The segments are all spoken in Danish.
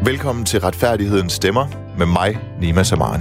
Velkommen til Retfærdighedens Stemmer med mig, Nima Samani.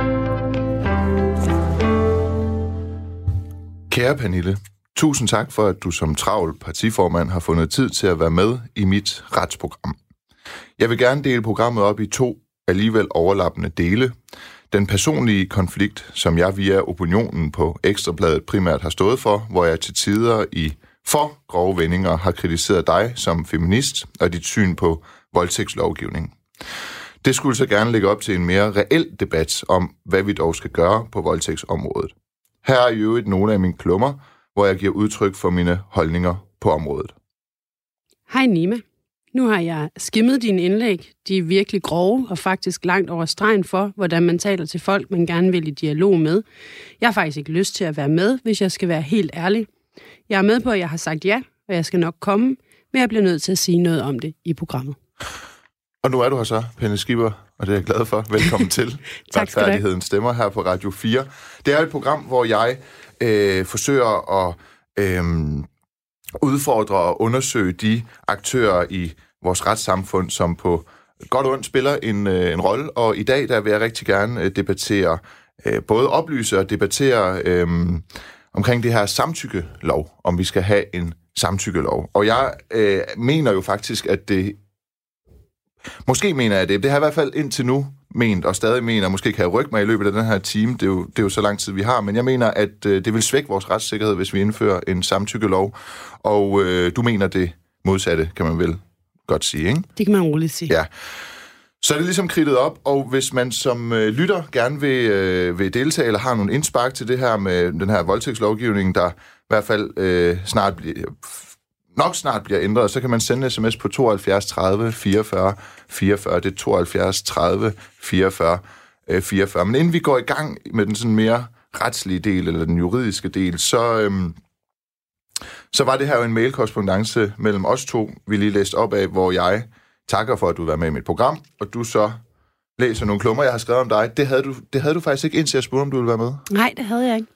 Kære Pernille, tusind tak for, at du som travl partiformand har fundet tid til at være med i mit retsprogram. Jeg vil gerne dele programmet op i 2 alligevel overlappende dele. Den personlige konflikt, som jeg via opinionen på Ekstrabladet primært har stået for, hvor jeg til tider i for grove vendinger har kritiseret dig som feminist og dit syn på voldtægtslovgivning. Det skulle så gerne lægge op til en mere reel debat om, hvad vi dog skal gøre på voldtægtsområdet. Her er i øvrigt nogle af mine klummer, hvor jeg giver udtryk for mine holdninger på området. Hej Nima. Nu har jeg skimmet dine indlæg. De er virkelig grove og faktisk langt over stregen for, hvordan man taler til folk, man gerne vil i dialog med. Jeg har faktisk ikke lyst til at være med, hvis jeg skal være helt ærlig. Jeg er med på, at jeg har sagt ja, og jeg skal nok komme, men jeg bliver nødt til at sige noget om det i programmet. Og nu er du her så, Pernille Skipper, og det er jeg glad for. Velkommen til Retfærdighedens Stemmer her på Radio 4. Det er et program, hvor jeg forsøger at udfordre og undersøge de aktører i vores retssamfund, som på godt og ondt spiller en rolle. Og i dag der vil jeg rigtig gerne debattere, både oplyse og debattere omkring det her samtykkelov, om vi skal have en samtykkelov. Og jeg mener jo faktisk, at det... Måske mener jeg det. Det har jeg i hvert fald indtil nu ment, og stadig mener, måske kan jeg rykke mig i løbet af den her time. Det er jo så lang tid, vi har. Men jeg mener, at det vil svække vores retssikkerhed, hvis vi indfører en samtykkelov. Og du mener det modsatte, kan man vel godt sige, ikke? Det kan man roligt sige. Ja. Så er det ligesom kridtet op, og hvis man som lytter gerne vil deltage, eller har nogle indspark til det her med den her voldtægtslovgivning, der i hvert fald snart bliver ændret, så kan man sende sms på 72 30 44 44. Det er 72 30 44 44. Men inden vi går i gang med den sådan mere retslige del, eller den juridiske del, så var det her jo en mailkorrespondance mellem os to, vi lige læste op af, hvor jeg takker for, at du vil være med i mit program, og du så læser nogle klummer, jeg har skrevet om dig. Det havde du faktisk ikke, indtil jeg spurgte, om du ville være med. Nej, det havde jeg ikke.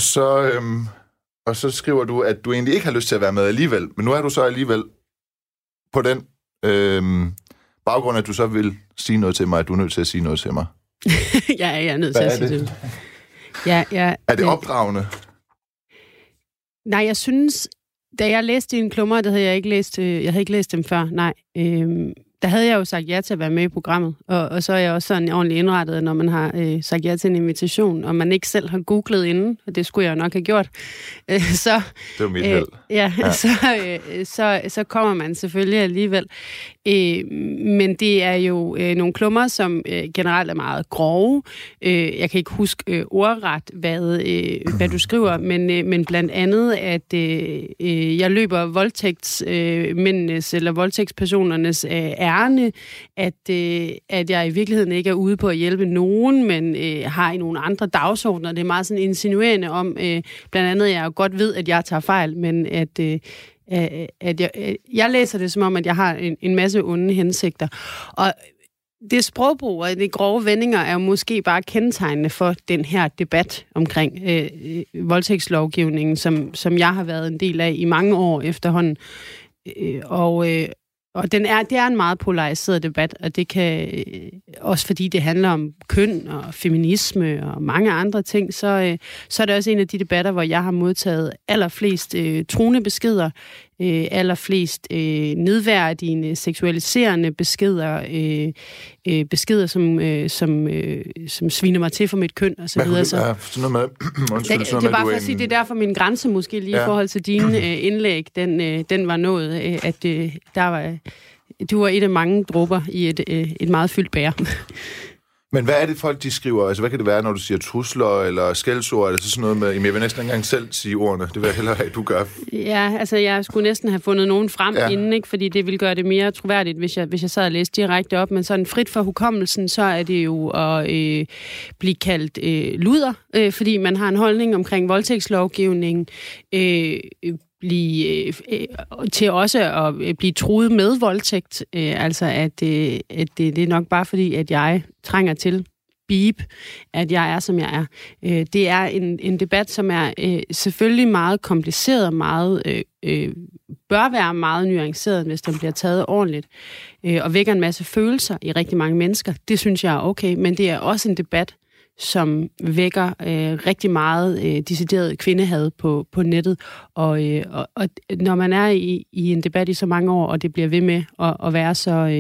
Og så skriver du, at du egentlig ikke har lyst til at være med alligevel, men nu er du så alligevel på den baggrund, at du så vil sige noget til mig, at du er nødt til at sige noget til mig. Ja, jeg er nødt til at sige det. Ja, er det opdragende? Nej, jeg synes, da jeg læste dine klummer, det havde jeg havde ikke læst dem før, nej. Der havde jeg jo sagt ja til at være med i programmet, og så er jeg også sådan ordentligt indrettet, når man har sagt ja til en invitation, og man ikke selv har googlet inden, og det skulle jeg jo nok have gjort. Så, det var mit held. Så kommer man selvfølgelig alligevel. Men det er jo nogle klummer, som generelt er meget grove. Jeg kan ikke huske ordret, hvad du skriver, men blandt andet, at jeg løber voldtægtsmændenes eller voldtægtspersonernes ærne, at jeg i virkeligheden ikke er ude på at hjælpe nogen, men har i nogle andre dagsordner. Det er meget sådan insinuerende om, blandt andet, jeg godt ved, at jeg tager fejl, men at jeg læser det som om, at jeg har en masse onde hensigter. Og det sprogbrug og de grove vendinger er jo måske bare kendetegnende for den her debat omkring voldtægtslovgivningen, som jeg har været en del af i mange år efterhånden. Og det er en meget polariseret debat, og det kan også fordi det handler om køn og feminisme og mange andre ting, så er det også en af de debatter, hvor jeg har modtaget allerflest truende beskeder, allerflest nedværdigende, seksualiserende beskeder, beskeder som sviner mig til for mit køn og så videre. Det er bare for at sige, det er derfor min grænse måske lige i forhold til dine indlæg, den var nået, at du var et af mange dråber i et meget fyldt bæger. Men hvad er det folk, de skriver? Altså, hvad kan det være, når du siger trusler eller skældsord, eller sådan noget med... Jamen, jeg vil næsten ikke engang selv sige ordene. Det vil jeg hellere have, du gør. Ja, altså, jeg skulle næsten have fundet nogen frem inden, ikke? Fordi det ville gøre det mere troværdigt, hvis jeg sad og læste direkte op. Men sådan frit for hukommelsen, så er det jo at blive kaldt luder, fordi man har en holdning omkring voldtægtslovgivningen, til også at blive truet med voldtægt. Altså, at det er nok bare fordi, at jeg trænger til beep, at jeg er, som jeg er. Det er en debat, som er selvfølgelig meget kompliceret, meget bør være meget nuanceret, hvis den bliver taget ordentligt, og vækker en masse følelser i rigtig mange mennesker. Det synes jeg er okay, men det er også en debat, som vækker rigtig meget decideret kvindehad på nettet. Og når man er i en debat i så mange år, og det bliver ved med at være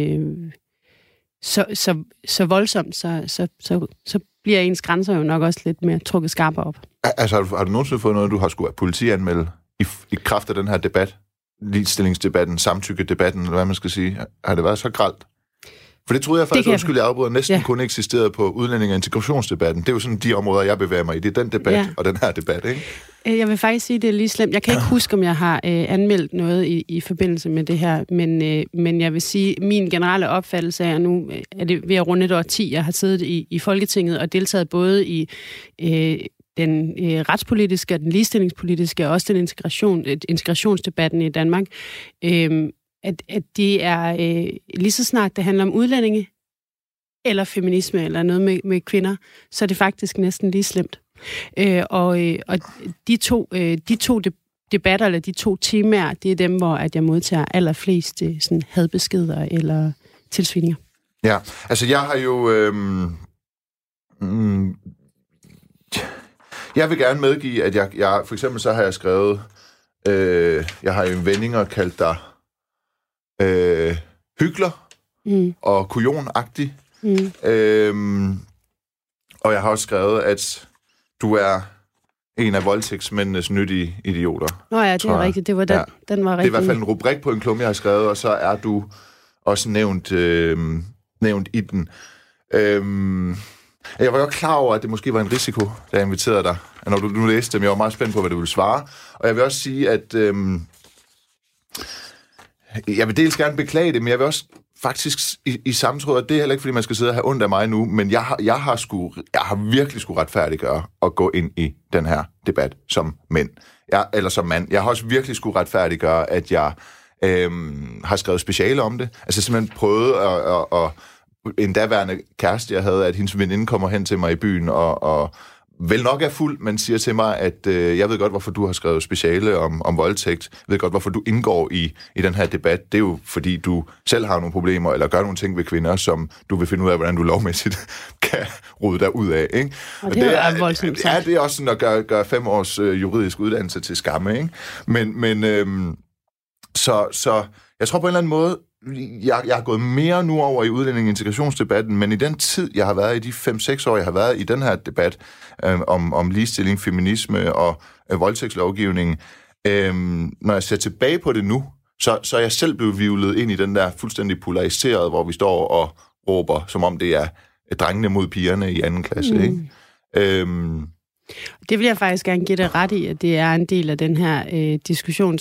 så voldsomt, så bliver ens grænser jo nok også lidt mere trukket skarpere op. Altså, har du nogensinde fået noget, du har skulle politianmelde i kraft af den her debat? Ligestillingsdebatten, samtykkedebatten, eller hvad man skal sige. Har det været så grelt? For det troede jeg faktisk, undskyld, jeg afbryder, næsten kun eksisterede på udlænding- og integrationsdebatten. Det er jo sådan de områder, jeg bevæger mig i. Det er den debat og den her debat, ikke? Jeg vil faktisk sige, det er lige slemt. Jeg kan ikke huske, om jeg har anmeldt noget i forbindelse med det her, men jeg vil sige, min generelle opfattelse er, nu er det ved at runde et år 10, jeg har siddet i Folketinget og deltaget både i den retspolitiske og den ligestillingspolitiske, og også den integrationsdebatten i Danmark, at det er lige så snart det handler om udlændinge, eller feminisme, eller noget med kvinder, så er det faktisk næsten lige slemt. Og de to debatter, eller de to temaer, det er dem, hvor at jeg modtager allerflest sådan hadbeskeder eller tilsvininger. Ja, altså jeg har jo... jeg vil gerne medgive, at jeg for eksempel så har jeg skrevet... jeg har jo vendinger kaldt dig hykler og kujonagtig. Og jeg har også skrevet, at du er en af voldtægtsmændenes nyttige idioter. Nå ja, det er rigtigt. Det var den, den var rigtig. Det er i hvert fald en rubrik på en klumme, jeg har skrevet, og så er du også nævnt i den. Jeg var jo klar over, at det måske var en risiko, da jeg inviterede dig, når du nu læste dem. Jeg var meget spændt på, hvad du ville svare. Og jeg vil også sige, at jeg vil dels gerne beklage det, men jeg vil også faktisk i samme tråd, og det er heller ikke, fordi man skal sidde og have ondt af mig nu, men jeg har virkelig skulle retfærdiggøre at gå ind i den her debat som mand. Eller som mand. Jeg har også virkelig skulle retfærdiggøre, at jeg har skrevet speciale om det. Altså simpelthen prøvet at en daværende kæreste, jeg havde, at hendes veninde kommer hen til mig i byen og vel nok er fuld, men siger til mig, at jeg ved godt, hvorfor du har skrevet speciale om voldtægt. Jeg ved godt, hvorfor du indgår i den her debat. Det er jo, fordi du selv har nogle problemer, eller gør nogle ting ved kvinder, som du vil finde ud af, hvordan du lovmæssigt kan rode dig ud af. Ikke? Og det er voldsomt. Ja, det er også sådan at gøre 5 års juridisk uddannelse til skamme. Ikke? Så jeg tror på en eller anden måde, jeg har gået mere nu over i udlænding- og integrationsdebatten, men i den tid, jeg har været i de 5-6 år, jeg har været i den her debat om ligestilling, feminisme og voldtægtslovgivning, når jeg ser tilbage på det nu, så er jeg selv blevet hvirvlet ind i den der fuldstændig polariserede, hvor vi står og råber, som om det er drengene mod pigerne i 2. klasse. Ikke? Det vil jeg faktisk gerne give dig ret i, at det er en del af den her diskussion,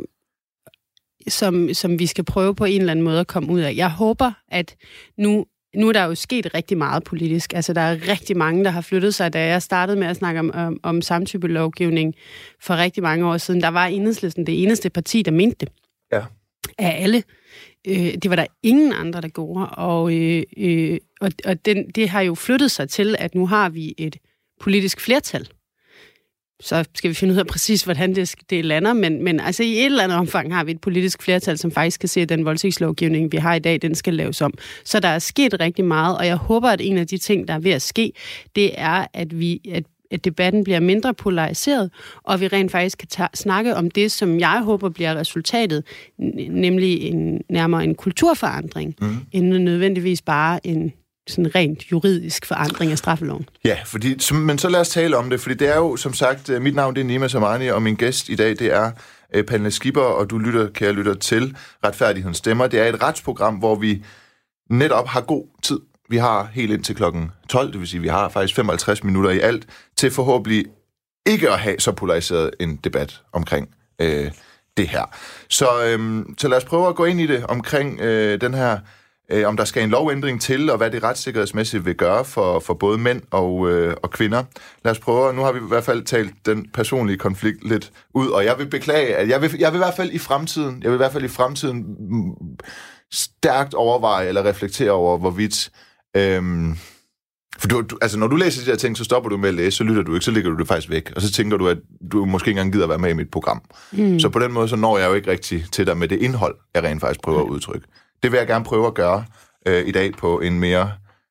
som vi skal prøve på en eller anden måde at komme ud af. Jeg håber, at nu er der jo sket rigtig meget politisk. Altså, der er rigtig mange, der har flyttet sig. Da jeg startede med at snakke om samtykkelovgivning for rigtig mange år siden, der var Enhedslisten det eneste parti, der mente det. Ja. Af alle. Det var der ingen andre, der gjorde. Og det har jo flyttet sig til, at nu har vi et politisk flertal. Så skal vi finde ud af præcis, hvordan det lander, men altså i et eller andet omfang har vi et politisk flertal, som faktisk kan se, at den voldtægtslovgivning, vi har i dag, den skal laves om. Så der er sket rigtig meget, og jeg håber, at en af de ting, der er ved at ske, det er, at debatten bliver mindre polariseret, og vi rent faktisk kan snakke om det, som jeg håber bliver resultatet, nemlig nærmere en kulturforandring, end nødvendigvis bare en sådan rent juridisk forandring af straffeloven. Ja, men så lad os tale om det, fordi det er jo, som sagt, mit navn det er Nima Samani, og min gæst i dag, det er Pernille Skipper, og du kære lytter til Retfærdighedens Stemmer. Det er et retsprogram, hvor vi netop har god tid. Vi har helt indtil klokken 12, det vil sige, vi har faktisk 55 minutter i alt, til forhåbentlig ikke at have så polariseret en debat omkring det her. Så lad os prøve at gå ind i det omkring den her om der skal en lovændring til, og hvad det retssikkerhedsmæssigt vil gøre for både mænd og kvinder. Lad os prøve, nu har vi i hvert fald talt den personlige konflikt lidt ud, og jeg vil beklage, at jeg vil i hvert fald i fremtiden stærkt overveje eller reflektere over, hvorvidt For altså, når du læser de her ting, så stopper du med at læse, så lytter du ikke, så ligger du det faktisk væk. Og så tænker du, at du måske ikke engang gider være med i mit program. Så på den måde, så når jeg jo ikke rigtig til dig med det indhold, jeg rent faktisk prøver at udtrykke. Det vil jeg gerne prøve at gøre i dag på en mere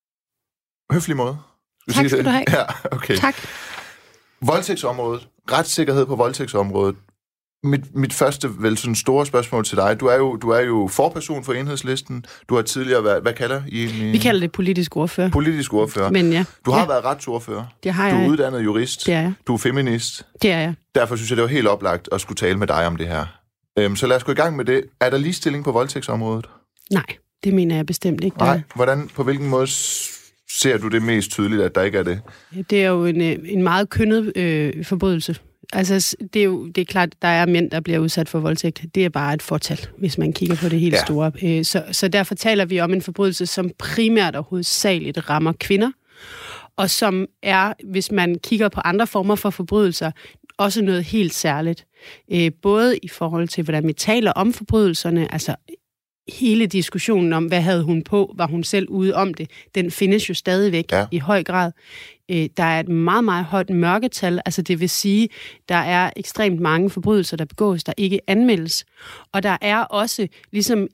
høflig måde. Tak skal du have. Ja, okay. Tak. Voldtægtsområdet, retssikkerhed på voldtægtsområdet. Mit første vel sådan store spørgsmål til dig. Du er jo forperson for Enhedslisten. Du har tidligere været, hvad kalder I? Vi kalder det politisk ordfører. Politisk ordfører. Men ja. Du har været retsordfører. Det har jeg. Du er uddannet jurist. Det er jeg. Du er feminist. Det er jeg. Derfor synes jeg, det var helt oplagt at skulle tale med dig om det her. Så lad os gå i gang med det. Er der ligestilling på voldtægtsområdet? Nej, det mener jeg bestemt ikke. Nej. På hvilken måde ser du det mest tydeligt, at der ikke er det? Det er jo en meget kønnet forbrydelse. Altså, det er klart, at der er mænd, der bliver udsat for voldtægt. Det er bare et fortal, hvis man kigger på det helt store. Så derfor taler vi om en forbrydelse, som primært og hovedsageligt rammer kvinder, og som er, hvis man kigger på andre former for forbrydelser, også noget helt særligt. Både i forhold til, hvordan vi taler om forbrydelserne, altså hele diskussionen om, hvad havde hun på, var hun selv ude om det, den findes jo stadigvæk i høj grad. Der er et meget, meget højt mørketal, altså det vil sige, der er ekstremt mange forbrydelser, der begås, der ikke anmeldes. Og der er også ligesom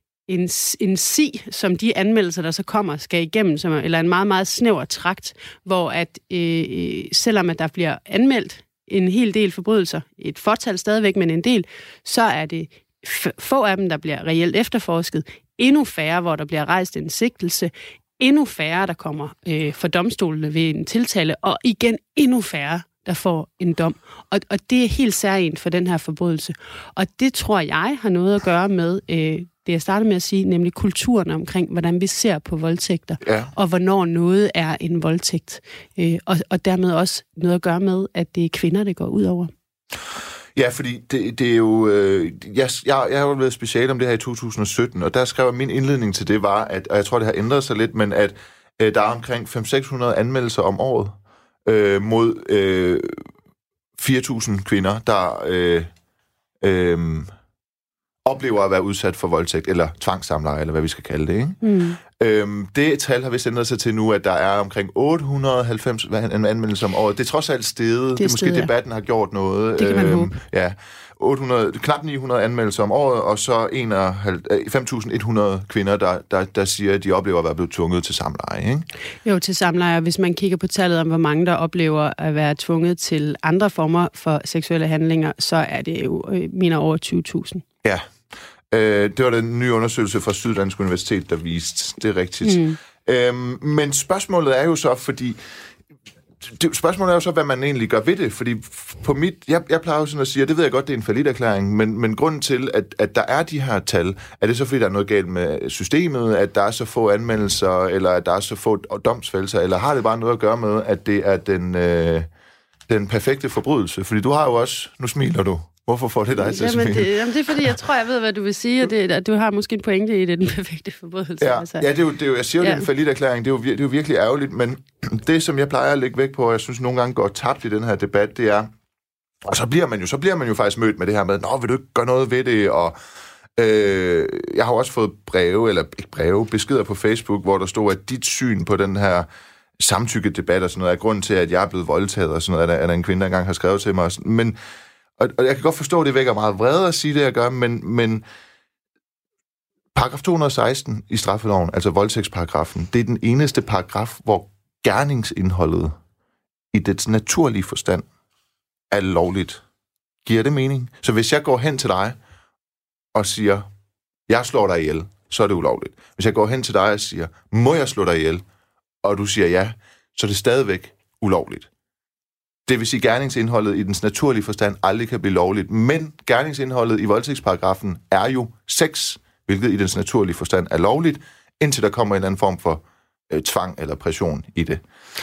en som de anmeldelser, der så kommer, skal igennem, eller en meget, meget snæver trakt, hvor at selvom at der bliver anmeldt en hel del forbrydelser, et fortal stadigvæk, men en del, så er det få af dem, der bliver reelt efterforsket, endnu færre, hvor der bliver rejst en sigtelse, endnu færre, der kommer for domstolene ved en tiltale, og igen endnu færre, der får en dom. Og det er helt særligt for den her forbrydelse. Og det tror jeg har noget at gøre med det, jeg startede med at sige, nemlig kulturen omkring, hvordan vi ser på voldtægter, og hvornår noget er en voldtægt. Og dermed også noget at gøre med, at det er kvinder, det går ud over. Ja, fordi det er jo... Jeg har jo været special om det her i 2017, og der skrev jeg, min indledning til det var, at, og jeg tror, det har ændret sig lidt, men at der er omkring 500-600 anmeldelser om året mod 4.000 kvinder, der oplever at være udsat for voldtægt, eller tvangssamleje, eller hvad vi skal kalde det, ikke? Det tal har vist ændret sig til nu, at der er omkring 890 anmeldelser om året. Det er trods alt steget. Det er måske debatten har gjort noget. Det kan man håbe. Ja, knap 900 anmeldelser om året, og så 5.100 kvinder, der siger, at de oplever at være blevet tvunget til samleje, ikke? Jo, til samleje. Hvis man kigger på tallet om, hvor mange der oplever at være tvunget til andre former for seksuelle handlinger, så er det jo over 20.000. Ja. Det var den nye undersøgelse fra Syddansk Universitet, der viste. Det er rigtigt. Men spørgsmålet er jo så, hvad man egentlig gør ved det, fordi på jeg plejer jo sådan at sige, og det ved jeg godt, det er en falliterklæring, men grunden til, at der er de her tal, er det så, fordi der er noget galt med systemet, at der er så få anmeldelser, eller at der er så få domsfældelser, eller har det bare noget at gøre med, at det er den perfekte forbrydelse? Fordi du har jo også, nu smiler du. Hvorfor får det dig til at smile? Det er fordi, jeg tror, jeg ved, hvad du vil sige, og at du har måske en pointe i det, den perfekte forbrydelse. Ja, altså. Ja, det er jo, jeg siger jo, det er en falliterklæring, det er jo virkelig ærgerligt, men det, som jeg plejer at lægge vægt på, og jeg synes nogle gange går tabt i den her debat, det er, og så bliver man jo faktisk mødt med det her med, vil du ikke gøre noget ved det, og jeg har også fået beskeder på Facebook, hvor der stod, at dit syn på den her samtykkedebat og sådan noget, er grunden til, at jeg er blevet voldtaget og sådan noget, at en kvinde, der engang har skrevet til mig, men og jeg kan godt forstå, at det vækker meget vrede at sige det, jeg gør, men paragraf 216 i straffeloven, altså voldtægtsparagrafen, det er den eneste paragraf, hvor gerningsindholdet i dets naturlige forstand er lovligt. Giver det mening? Så hvis jeg går hen til dig og siger, jeg slår dig ihjel, så er det ulovligt. Hvis jeg går hen til dig og siger, må jeg slå dig ihjel, og du siger ja, så er det stadigvæk ulovligt. Det vil sige, at gerningsindholdet i dens naturlige forstand aldrig kan blive lovligt. Men gerningsindholdet i voldtægtsparagrafen er jo sex, hvilket i dens naturlige forstand er lovligt, indtil der kommer en eller anden form for tvang eller pression i det.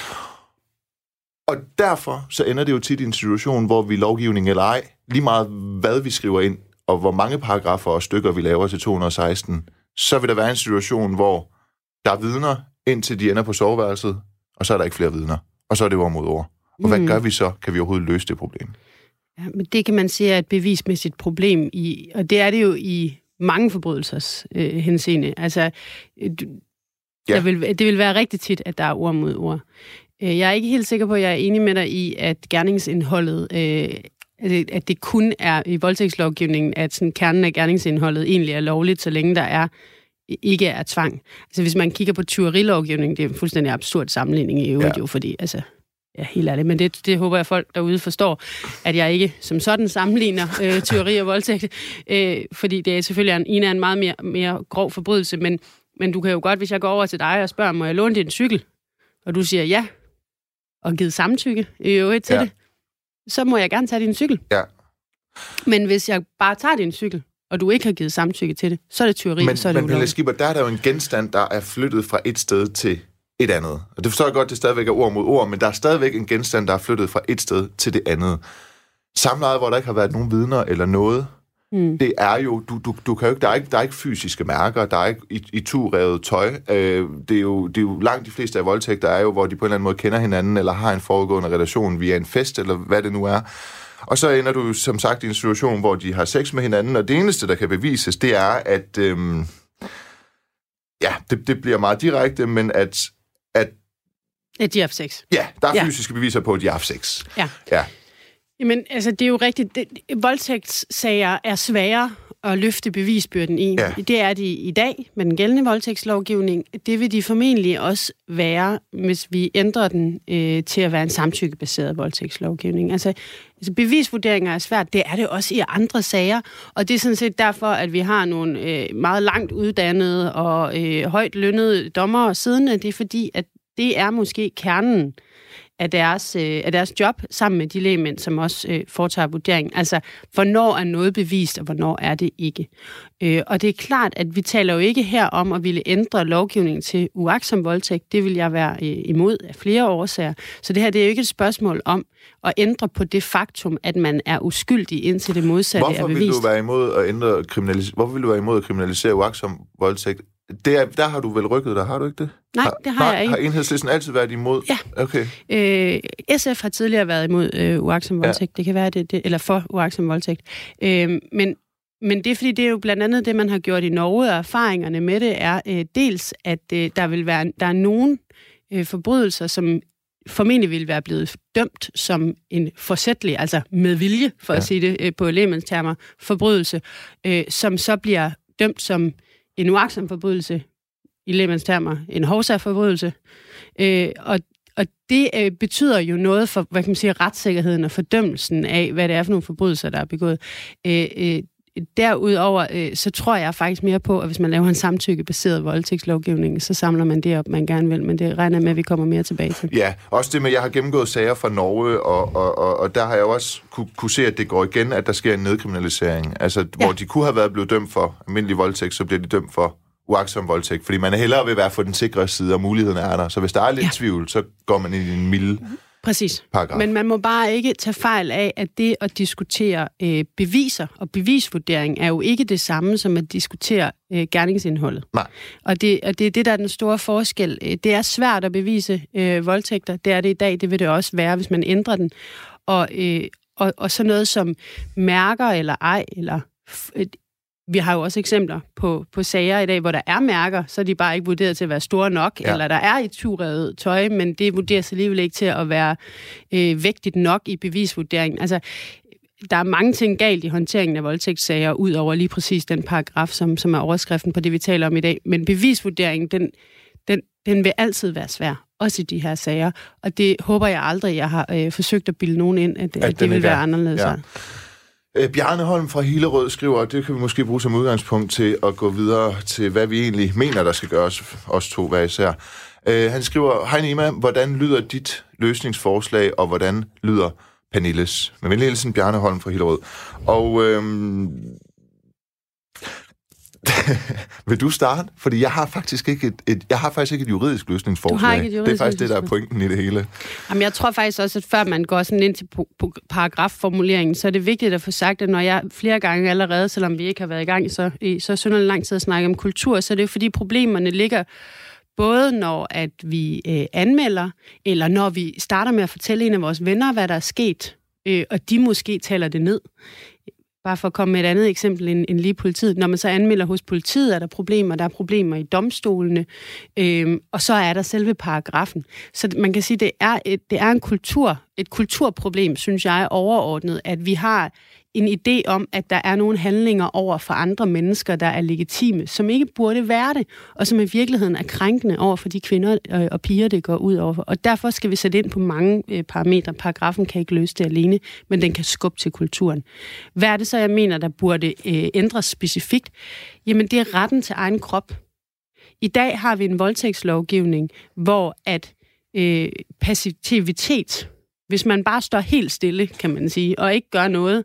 Og derfor så ender det jo tit i en situation, hvor vi lovgivning eller ej, lige meget hvad vi skriver ind, og hvor mange paragrafer og stykker vi laver til 216, så vil der være en situation, hvor der er vidner, indtil de ender på soveværelset, og så er der ikke flere vidner. Og så er det ord mod ord. Og hvad gør vi så? Kan vi overhovedet løse det problem? Ja, men det kan man sige er et bevismæssigt problem, og det er det jo i mange forbrydelsers henseende. Altså, Ja. Det vil være rigtig tit, at der er ord mod ord. Jeg er ikke helt sikker på, at jeg er enig med dig i, at gerningsindholdet, at det kun er i voldtægtslovgivningen, at sådan kernen af gerningsindholdet egentlig er lovligt, så længe der ikke er tvang. Altså hvis man kigger på tyverilovgivningen, det er en fuldstændig absurd sammenligning i øvrigt jo, fordi helt ærligt, men det håber jeg folk derude forstår, at jeg ikke som sådan sammenligner tyveri og voldtægt, fordi det er selvfølgelig en meget mere grov forbrydelse, men du kan jo godt, hvis jeg går over til dig og spørger, må jeg låne din cykel? Og du siger ja, og givet samtykke i øvrigt til det, så må jeg gerne tage din cykel. Ja. Men hvis jeg bare tager din cykel, og du ikke har givet samtykke til det, så er det tyveri, så er det ulovligt. Men Pernille Skipper, der er der jo en genstand, der er flyttet fra et sted til et andet. Og det forstår jeg godt, det stadigvæk er ord mod ord, men der er stadigvæk en genstand, der er flyttet fra et sted til det andet. Samleje, hvor der ikke har været nogen vidner eller noget, det er jo, du kan jo ikke, der er ikke fysiske mærker, der er ikke itu-revet tøj. Det er jo langt de fleste af voldtægter er jo, hvor de på en eller anden måde kender hinanden, eller har en foregående relation via en fest, eller hvad det nu er. Og så ender du som sagt i en situation, hvor de har sex med hinanden, og det eneste, der kan bevises, det er, at det bliver meget direkte, men at de har haft sex. Ja, der er fysiske beviser på, at de har haft sex. Ja. Jamen, altså, det er jo rigtigt. Voldtægtssager er svære at løfte bevisbyrden i. Ja. Det er de i dag med den gældende voldtægtslovgivning. Det vil de formentlig også være, hvis vi ændrer den til at være en samtykkebaseret voldtægtslovgivning. Altså bevisvurderinger er svært. Det er det også i andre sager. Og det er sådan set derfor, at vi har nogle meget langt uddannede og højt lønnede dommere siddende. Det er fordi, at det er måske kernen af deres job, sammen med de lægmænd, som også foretager vurderingen. Altså, hvornår er noget bevist, og hvornår er det ikke. Og det er klart, at vi taler jo ikke her om at ville ændre lovgivningen til uagtsom voldtægt. Det vil jeg være imod af flere årsager. Så det her, det er jo ikke et spørgsmål om at ændre på det faktum, at man er uskyldig, indtil det modsatte er bevist. Hvorfor vil du være imod at kriminalisere uagtsom voldtægt? Der har du vel rykket dig, har du ikke det? Nej, det har jeg ikke. Har Enhedslisten altid været imod? Ja. Okay. SF har tidligere været imod uagtsom voldtægt. Ja. Det kan være det, eller for uagtsom voldtægt. Men det er fordi, det er jo blandt andet det, man har gjort i Norge, og erfaringerne med det er dels, at der er nogle forbrydelser, som formentlig ville være blevet dømt som en forsætlig, altså med vilje, for at sige det på lægmandstermer, forbrydelse, som så bliver dømt som en uagtsom forbrydelse, i lægmandstermer, en hovsaforbrydelse. Og det betyder jo noget for, hvad kan man sige, retssikkerheden og fordømmelsen af, hvad det er for nogle forbrydelser, der er begået. Derudover, så tror jeg faktisk mere på, at hvis man laver en samtykkebaseret voldtægtslovgivning, så samler man det op, man gerne vil, men det regner med, at vi kommer mere tilbage til. Ja, også det med, jeg har gennemgået sager fra Norge, og der har jeg også kunne se, at det går igen, at der sker en nedkriminalisering. Altså, hvor de kunne have været blevet dømt for almindelig voldtægt, så bliver de dømt for uagtsom voldtægt, fordi man hellere vil være på den sikre side, og muligheden er der. Så hvis der er lidt tvivl, så går man ind i en mild paragraf. Men man må bare ikke tage fejl af, at det at diskutere beviser og bevisvurdering er jo ikke det samme som at diskutere gerningsindholdet. Nej. Og det er det, der er den store forskel. Det er svært at bevise voldtægter. Det er det i dag. Det vil det også være, hvis man ændrer den. Og så noget som mærker eller ej, eller vi har jo også eksempler på sager i dag, hvor der er mærker, så er de bare ikke vurderet til at være store nok, eller der er itu-revet tøj, men det vurderes alligevel ikke til at være vægtigt nok i bevisvurderingen. Altså, der er mange ting galt i håndteringen af voldtægtssager, ud over lige præcis den paragraf, som er overskriften på det, vi taler om i dag. Men bevisvurderingen, den vil altid være svær, også i de her sager. Og det håber jeg aldrig, jeg har forsøgt at bilde nogen ind, at det vil være anderledes. Ja. Bjarne Holm fra Hillerød skriver, og det kan vi måske bruge som udgangspunkt til at gå videre til, hvad vi egentlig mener, der skal gøres, os to hver især. Han skriver, hej Nima, hvordan lyder dit løsningsforslag, og hvordan lyder Pernilles? Med venlig hilsen, Bjarne Holm fra Hillerød. Og vil du starte? Fordi jeg har faktisk ikke et juridisk løsningsforslag. Du har ikke et juridisk det er faktisk det, der er pointen i det hele. Jamen, jeg tror faktisk også, at før man går sådan ind til paragrafformuleringen, så er det vigtigt at få sagt, at når jeg flere gange allerede, selvom vi ikke har været i gang så synderligt lang tid at snakke om kultur, så er det jo fordi problemerne ligger både når at vi anmelder, eller når vi starter med at fortælle en af vores venner, hvad der er sket, og de måske taler det ned. bare for at komme med et andet eksempel end lige politiet. Når man så anmelder hos politiet, er der problemer i domstolene, og så er der selve paragrafen. Så man kan sige, det er et kulturproblem, synes jeg, overordnet, at vi har en idé om, at der er nogle handlinger over for andre mennesker, der er legitime, som ikke burde være det, og som i virkeligheden er krænkende over for de kvinder og piger, det går ud over. Og derfor skal vi sætte ind på mange parametre. Paragrafen kan ikke løse det alene, men den kan skubbe til kulturen. Hvad er det så, jeg mener, der burde ændres specifikt? Jamen, det er retten til egen krop. I dag har vi en voldtægtslovgivning, hvor at passivitet, hvis man bare står helt stille, kan man sige, og ikke gør noget,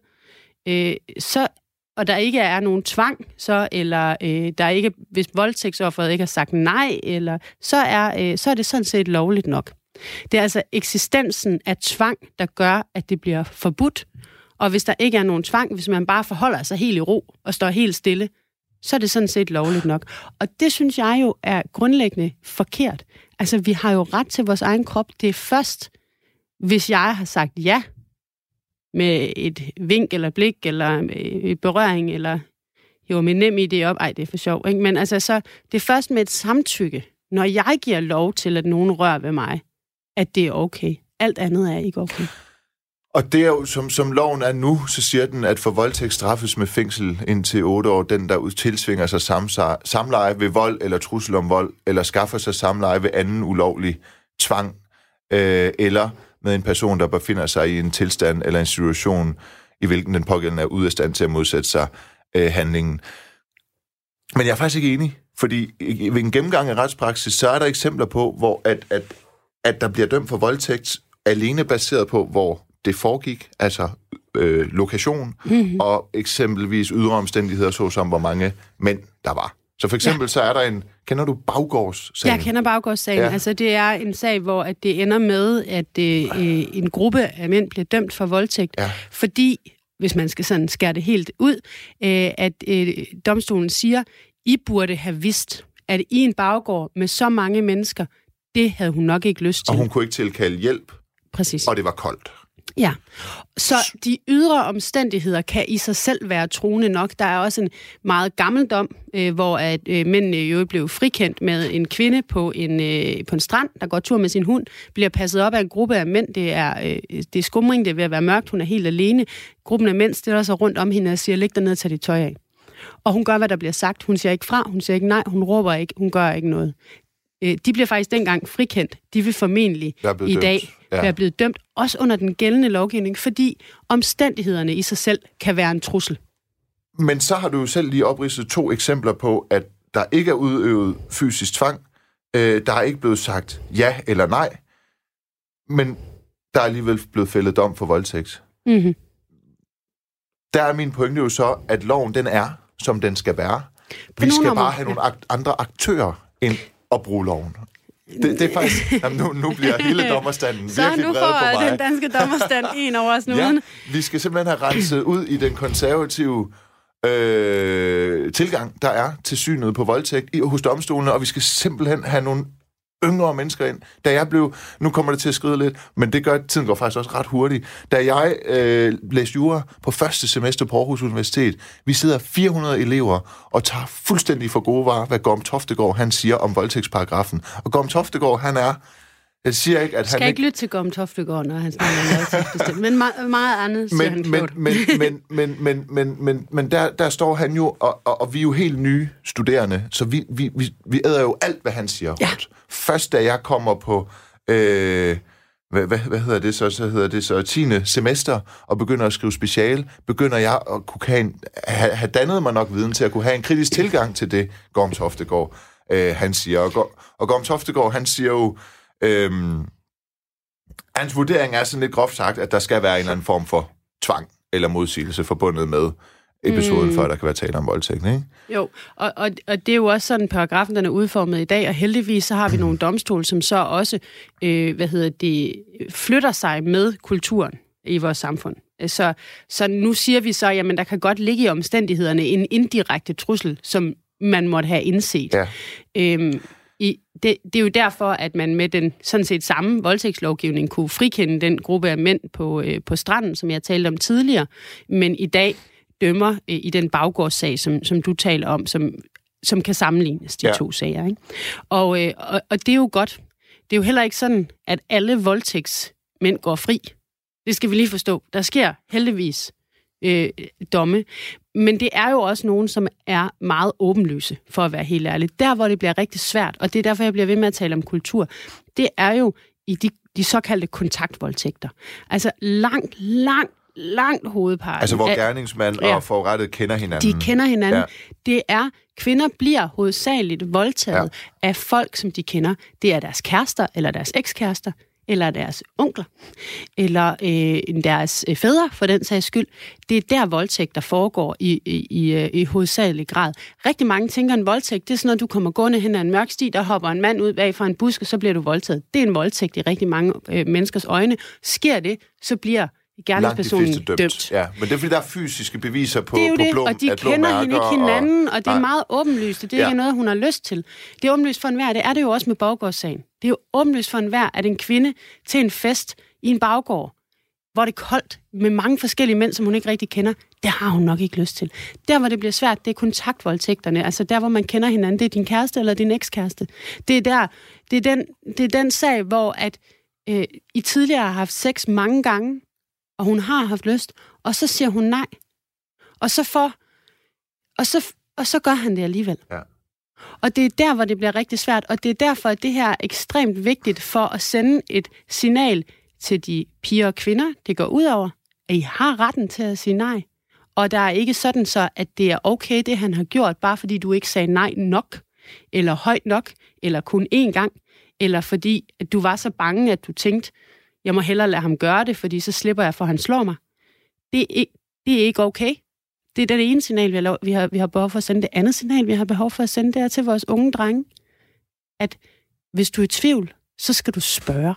og der ikke er nogen tvang, eller der ikke, hvis voldtægtsofferet ikke har sagt nej, eller så er det sådan set lovligt nok. Det er altså eksistensen af tvang, der gør, at det bliver forbudt. Og hvis der ikke er nogen tvang, hvis man bare forholder sig helt i ro og står helt stille, så er det sådan set lovligt nok. Og det synes jeg jo er grundlæggende forkert. Altså, vi har jo ret til vores egen krop. Det er først, hvis jeg har sagt ja, med et vink eller blik, eller et berøring, eller hiver min NemID op. Ej, det er for sjov, ikke? Men altså, så det er først med et samtykke, når jeg giver lov til, at nogen rører ved mig, at det er okay. Alt andet er ikke okay. Og det er jo, som loven er nu, så siger den, at for voldtægt straffes med fængsel indtil 8 år, den der tilsvinger sig samleje ved vold eller trussel om vold, eller skaffer sig samleje ved anden ulovlig tvang, eller med en person, der befinder sig i en tilstand eller en situation, i hvilken den pågældende er ude af stand til at modsætte sig handlingen. Men jeg er faktisk ikke enig, fordi ved en gennemgang af retspraksis, så er der eksempler på, hvor at der bliver dømt for voldtægt alene baseret på, hvor det foregik, altså lokation, og eksempelvis ydre omstændigheder, såsom hvor mange mænd der var. Så for eksempel så er der kender du Baggårdssagen? Jeg kender Baggårdssagen. Ja. Altså det er en sag, hvor at det ender med, at en gruppe af mænd bliver dømt for voldtægt, fordi, hvis man skal sådan skære det helt ud, at domstolen siger, I burde have vidst, at i en baggård med så mange mennesker, det havde hun nok ikke lyst til. Og hun kunne ikke tilkalde hjælp. Præcis. Og det var koldt. Ja, så de ydre omstændigheder kan i sig selv være truende nok. Der er også en meget gammel dom, hvor at mændene jo blev frikendt med en kvinde på en strand, der går tur med sin hund, bliver passet op af en gruppe af mænd. Det er skumring, det er ved at være mørkt, hun er helt alene. Gruppen af mænd stiller sig rundt om hende og siger, læg dig ned og tag dit tøj af. Og hun gør, hvad der bliver sagt. Hun siger ikke fra, hun siger ikke nej, hun råber ikke, hun gør ikke noget. De bliver faktisk dengang frikendt. De vil formentlig i dag være blevet dømt, også under den gældende lovgivning, fordi omstændighederne i sig selv kan være en trussel. Men så har du jo selv lige opridset 2 eksempler på, at der ikke er udøvet fysisk tvang, der er ikke blevet sagt ja eller nej, men der er alligevel blevet fældet dom for voldtægt. Mm-hmm. Der er min pointe jo så, at loven den er, som den skal være. Vi skal bare have nogle andre aktører ind og bruge loven. Det er faktisk... Jamen, nu bliver hele dommerstanden virkelig vrede på mig. Så nu får den danske dommerstand en over snuden. Ja, vi skal simpelthen have renset ud i den konservative tilgang, der er til synet på voldtægt hos domstolene, og vi skal simpelthen have nogle yngre mennesker ind. Da jeg blev... Nu kommer det til at skride lidt, men det gør, tiden går faktisk også ret hurtigt. Da jeg læste jura på første semester på Aarhus Universitet, vi sidder 400 elever og tager fuldstændig for gode varer, hvad Gorm Toftegaard han siger om voldtægtsparagrafen. Og Gorm Toftegaard, han er... Jeg siger ikke, at han skal ikke lytte til Gorm Toftegaard, når han snakker om voldtægtsbestemt, men meget andet siger han klogt. Men der står han jo, og vi er jo helt nye studerende, så vi æder jo alt, hvad han siger. Ja. Først da jeg kommer på, hvad hedder det så? Så hedder det så 10. semester, og begynder at skrive speciale, begynder jeg at kunne have dannet mig nok viden til at kunne have en kritisk tilgang til det, Gorm Toftegaard han siger. Og Gorm Toftegaard, han siger jo, hans vurdering er sådan lidt groft sagt, at der skal være en eller anden form for tvang eller modsigelse forbundet med episoden, for at der kan være tale om voldtægt, ikke? Jo, og det er jo også sådan, paragrafen den er udformet i dag, og heldigvis så har vi nogle domstole, som så også, flytter sig med kulturen i vores samfund. Så nu siger vi så, jamen der kan godt ligge i omstændighederne en indirekte trussel, som man måtte have indset. Ja. Det er jo derfor, at man med den sådan set samme voldtægtslovgivning kunne frikende den gruppe af mænd på stranden, som jeg talte om tidligere. Men i dag dømmer i den baggårdssag, som du taler om, som kan sammenlignes, de to sager. Ikke? Og det er jo godt. Det er jo heller ikke sådan, at alle voldtægtsmænd går fri. Det skal vi lige forstå. Der sker heldigvis domme. Men det er jo også nogen, som er meget åbenlyse, for at være helt ærlig. Der, hvor det bliver rigtig svært, og det er derfor, jeg bliver ved med at tale om kultur, det er jo i de såkaldte kontaktvoldtægter. Altså langt hovedparten. Altså, hvor gerningsmand og forurettet kender hinanden. De kender hinanden. Ja. Det er, kvinder bliver hovedsageligt voldtaget af folk, som de kender. Det er deres kærester, eller deres ekskærester, eller deres onkler, eller deres fædre, for den sags skyld. Det er der voldtægter foregår i hovedsagelig grad. Rigtig mange tænker, en voldtægt, det er sådan noget, du kommer gående hen ad en mørk sti, der hopper en mand ud bag fra en busk, og så bliver du voldtaget. Det er en voldtægt i rigtig mange menneskers øjne. Sker det, så bliver gerningspersonen dømt. Ja, men det er fordi, der er fysiske beviser på blå, og de kender hende ikke hinanden, og det er meget åbenlyst, det er ikke noget, hun har lyst til. Det er åbenlyst for enhver, det er det jo også med baggårdssagen. Det er jo åbenlyst for enhver, at en kvinde til en fest i en baggård, hvor det er koldt, med mange forskellige mænd, som hun ikke rigtig kender, det har hun nok ikke lyst til. Der, hvor det bliver svært, det er kontaktvoldtægterne, altså der, hvor man kender hinanden, det er din kæreste eller din ekskæreste. Det er den sag, hvor at I tidligere har haft sex mange gange, og hun har haft lyst, og så siger hun nej. Og så gør han det alligevel. Ja. Og det er der, hvor det bliver rigtig svært, og det er derfor, at det her er ekstremt vigtigt for at sende et signal til de piger og kvinder, det går ud over, at I har retten til at sige nej. Og der er ikke sådan så, at det er okay, det han har gjort, bare fordi du ikke sagde nej nok, eller højt nok, eller kun én gang, eller fordi at du var så bange, at du tænkte, jeg må hellere lade ham gøre det, fordi så slipper jeg, for han slår mig. Det er ikke okay. Det er det ene signal, vi har behov for at sende. Det andet signal, vi har behov for at sende, det er til vores unge drenge, at hvis du er i tvivl, så skal du spørge.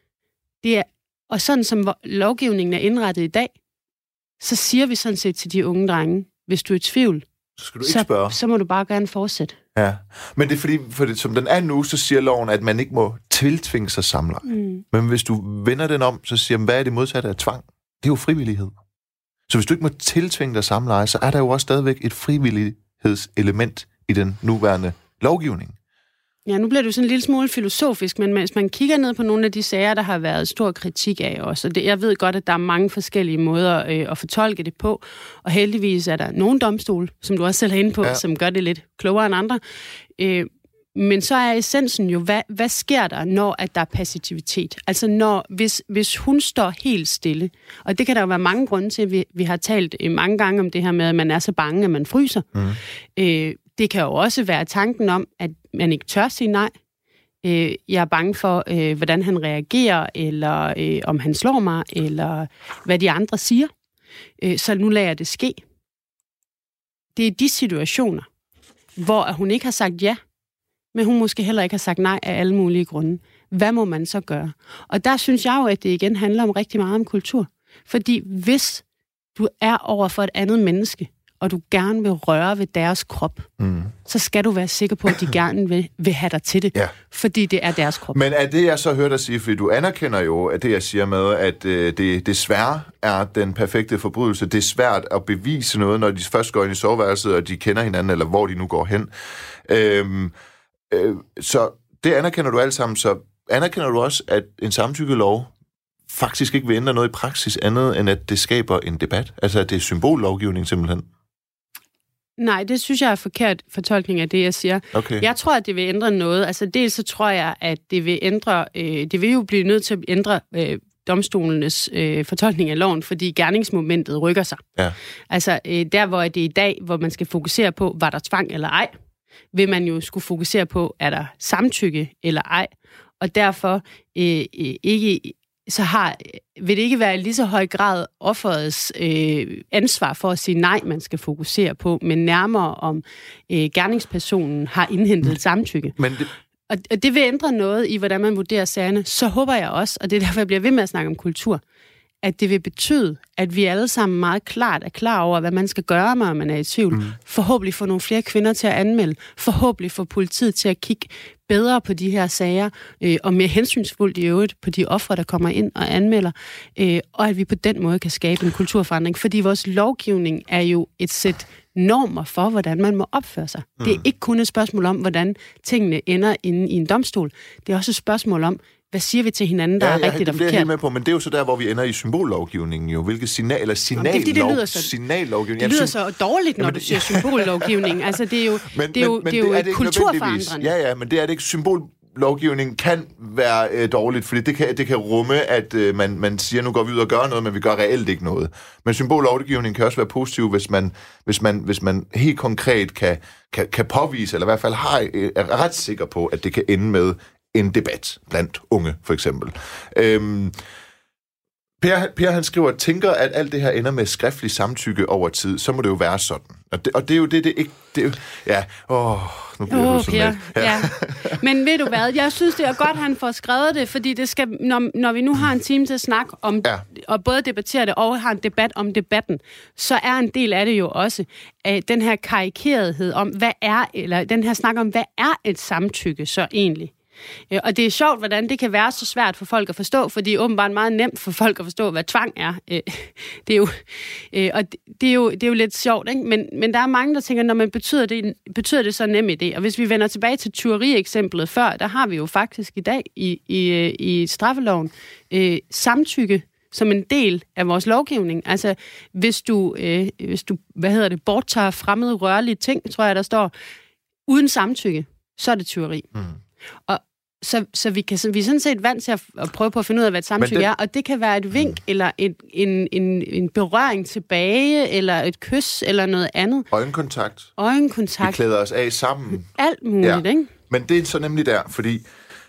Og sådan som lovgivningen er indrettet i dag, så siger vi sådan set til de unge drenge, hvis du er i tvivl, så skal du ikke spørge. Så må du bare gerne fortsætte. Ja, men det er fordi, for det, som den er nu, så siger loven, at man ikke må tiltvinge sig samleje. Men hvis du vender den om, så siger man, hvad er det modsatte af tvang? Det er jo frivillighed. Så hvis du ikke må tiltvinge dig samleje, så er der jo også stadigvæk et frivillighedselement i den nuværende lovgivning. Ja, nu bliver det jo sådan en lille smule filosofisk, men hvis man kigger ned på nogle af de sager, der har været stor kritik af også, jeg ved godt, at der er mange forskellige måder at fortolke det på, og heldigvis er der nogle domstole, som du også selv er inde på, som gør det lidt klogere end andre. Men så er essensen jo, hvad sker der, når at der er passivitet? Altså hvis hun står helt stille, og det kan der jo være mange grunde til, vi har talt mange gange om det her med, at man er så bange, at man fryser. Det kan jo også være tanken om, at man ikke tør sige nej. Jeg er bange for, hvordan han reagerer, eller om han slår mig, eller hvad de andre siger. Så nu lader jeg det ske. Det er de situationer, hvor hun ikke har sagt ja, men hun måske heller ikke har sagt nej af alle mulige grunde. Hvad må man så gøre? Og der synes jeg jo, at det igen handler om rigtig meget om kultur. Fordi hvis du er over for et andet menneske, og du gerne vil røre ved deres krop, så skal du være sikker på, at de gerne vil have dig til det, fordi det er deres krop. Men er det, jeg så hørte dig sige, fordi du anerkender jo, at det, jeg siger med, at det desværre er den perfekte forbrydelse. Det er svært at bevise noget, når de først går ind i soveværelset, og de kender hinanden, eller hvor de nu går hen. Så det anerkender du alt sammen. Så anerkender du også, at en samtykkelov faktisk ikke vil ændre noget i praksis andet, end at det skaber en debat? Altså, at det er symbollovgivning simpelthen? Nej, det synes jeg er forkert fortolkning af det, jeg siger. Okay. Jeg tror, at det vil ændre noget. Altså, dels så tror jeg, at det vil ændre... det vil jo blive nødt til at ændre domstolenes fortolkning af loven, fordi gerningsmomentet rykker sig. Ja. Altså, der hvor det er i dag, hvor man skal fokusere på, var der tvang eller ej, vil man jo skulle fokusere på, er der samtykke eller ej. Og derfor vil det ikke være i lige så høj grad offerets ansvar for at sige nej, man skal fokusere på, men nærmere om gerningspersonen har indhentet samtykke. Og det vil ændre noget i, hvordan man vurderer sagerne. Så håber jeg også, og det er derfor, jeg bliver ved med at snakke om kultur, at det vil betyde, at vi alle sammen meget klart er klar over, hvad man skal gøre, når man er i tvivl. Forhåbentlig få nogle flere kvinder til at anmelde. Forhåbentlig få politiet til at kigge bedre på de her sager, og mere hensynsfuldt i øvrigt på de ofre, der kommer ind og anmelder, og at vi på den måde kan skabe en kulturforandring. Fordi vores lovgivning er jo et sæt normer for, hvordan man må opføre sig. Det er ikke kun et spørgsmål om, hvordan tingene ender inde i en domstol. Det er også et spørgsmål om, hvad siger vi til hinanden, der er rigtigt og forkert? Det er helt med på, men det er jo så der, hvor vi ender i symbollovgivningen jo. Hvilket signallovgivning. Det lyder så dårligt, når du siger symbollovgivning. Altså, det er jo, det er jo et kulturforandrende. Ja, men det er det ikke. Symbollovgivning kan være dårligt, fordi det kan rumme, at man siger, nu går vi ud og gør noget, men vi gør reelt ikke noget. Men symbollovgivning kan også være positiv, hvis man helt konkret kan påvise, eller i hvert fald er ret sikker på, at det kan ende med en debat blandt unge, for eksempel. Per han skriver, tænker, at alt det her ender med skriftlig samtykke over tid, så må det jo være sådan. Og det er jo det ikke... Det er jo, ja, nu bliver du sådan lidt. Ja. Men ved du hvad, jeg synes, det er godt, at han får skrevet det, fordi det skal, når vi nu har en time til at snakke om, og både debattere det og har en debat om debatten, så er en del af det jo også den her karikerethed om, den her snak om, hvad er et samtykke så egentlig? Og det er sjovt, hvordan det kan være så svært for folk at forstå, fordi det er åbenbart meget nemt for folk at forstå, hvad tvang er. Det er jo lidt sjovt, ikke? Men der er mange, der tænker, når man betyder det så nemt det. Og hvis vi vender tilbage til tyveri-eksemplet før, der har vi jo faktisk i dag i straffeloven samtykke som en del af vores lovgivning. Altså, hvis du borttager fremmede rørlige ting, tror jeg, der står, uden samtykke, så er det tyveri. Og så vi er sådan set vant til at prøve på at finde ud af, hvad et samtykke er, og det kan være et vink, eller en berøring tilbage, eller et kys, eller noget andet. Øjenkontakt. Vi klæder os af sammen. Alt muligt, ikke? Men det er så nemlig der, fordi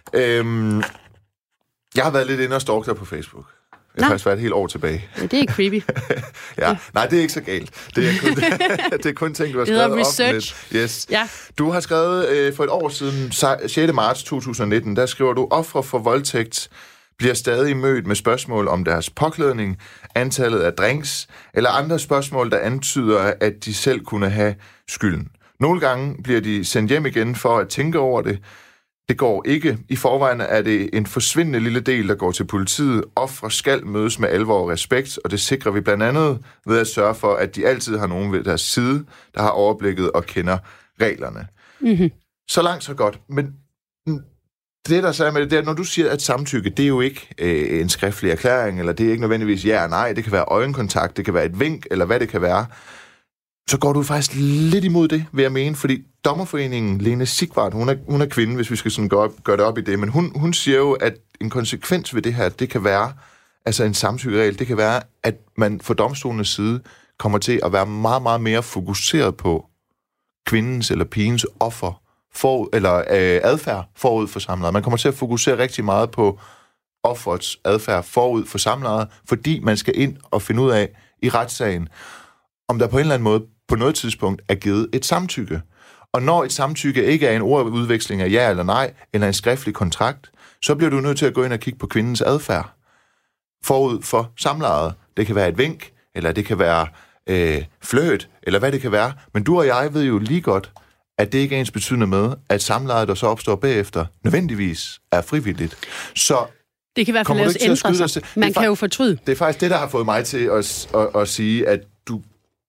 jeg har været lidt inde og stalket dig på Facebook. Jeg har faktisk været et helt år tilbage. Ja, det er creepy. Nej, det er ikke så galt. Det er kun ting, du har skrevet offentligt. Yes. Ja. Du har skrevet for et år siden, 6. marts 2019, der skriver du, ofre for voldtægt bliver stadig mødt med spørgsmål om deres påklædning, antallet af drinks, eller andre spørgsmål, der antyder, at de selv kunne have skylden. Nogle gange bliver de sendt hjem igen for at tænke over det. Det går ikke. I forvejen er det en forsvindende lille del, der går til politiet. Ofre skal mødes med alvor og respekt, og det sikrer vi blandt andet ved at sørge for, at de altid har nogen ved deres side, der har overblikket og kender reglerne. Mm-hmm. Så langt, så godt. Men det, der så er med det, når du siger, at samtykke, det er jo ikke en skriftlig erklæring, eller det er ikke nødvendigvis ja og nej, det kan være øjenkontakt, det kan være et vink, eller hvad det kan være, så går du faktisk lidt imod det, vil jeg mene, fordi Dommerforeningen, Lene Sigvart, hun er kvinde, hvis vi skal sådan gøre det op i det, men hun siger jo, at en konsekvens ved det her, det kan være, altså en samtykkeregel, det kan være, at man fra domstolenes side kommer til at være meget, meget mere fokuseret på kvindens eller pigens offer, adfærd forud for samlejet. Man kommer til at fokusere rigtig meget på offerets adfærd forud for samlejet, fordi man skal ind og finde ud af i retssagen, om der på en eller anden måde på noget tidspunkt er givet et samtykke. Og når et samtykke ikke er en ordudveksling af ja eller nej, eller en skriftlig kontrakt, så bliver du nødt til at gå ind og kigge på kvindens adfærd forud for samlejet. Det kan være et vink, eller det kan være fløjt, eller hvad det kan være. Men du og jeg ved jo lige godt, at det ikke er ens betydende med, at samlejet, der så opstår bagefter, nødvendigvis er frivilligt. Så det kan i hvert fald også ændre sig. Man kan jo fortryde. Det er faktisk det, der har fået mig til at sige, at du...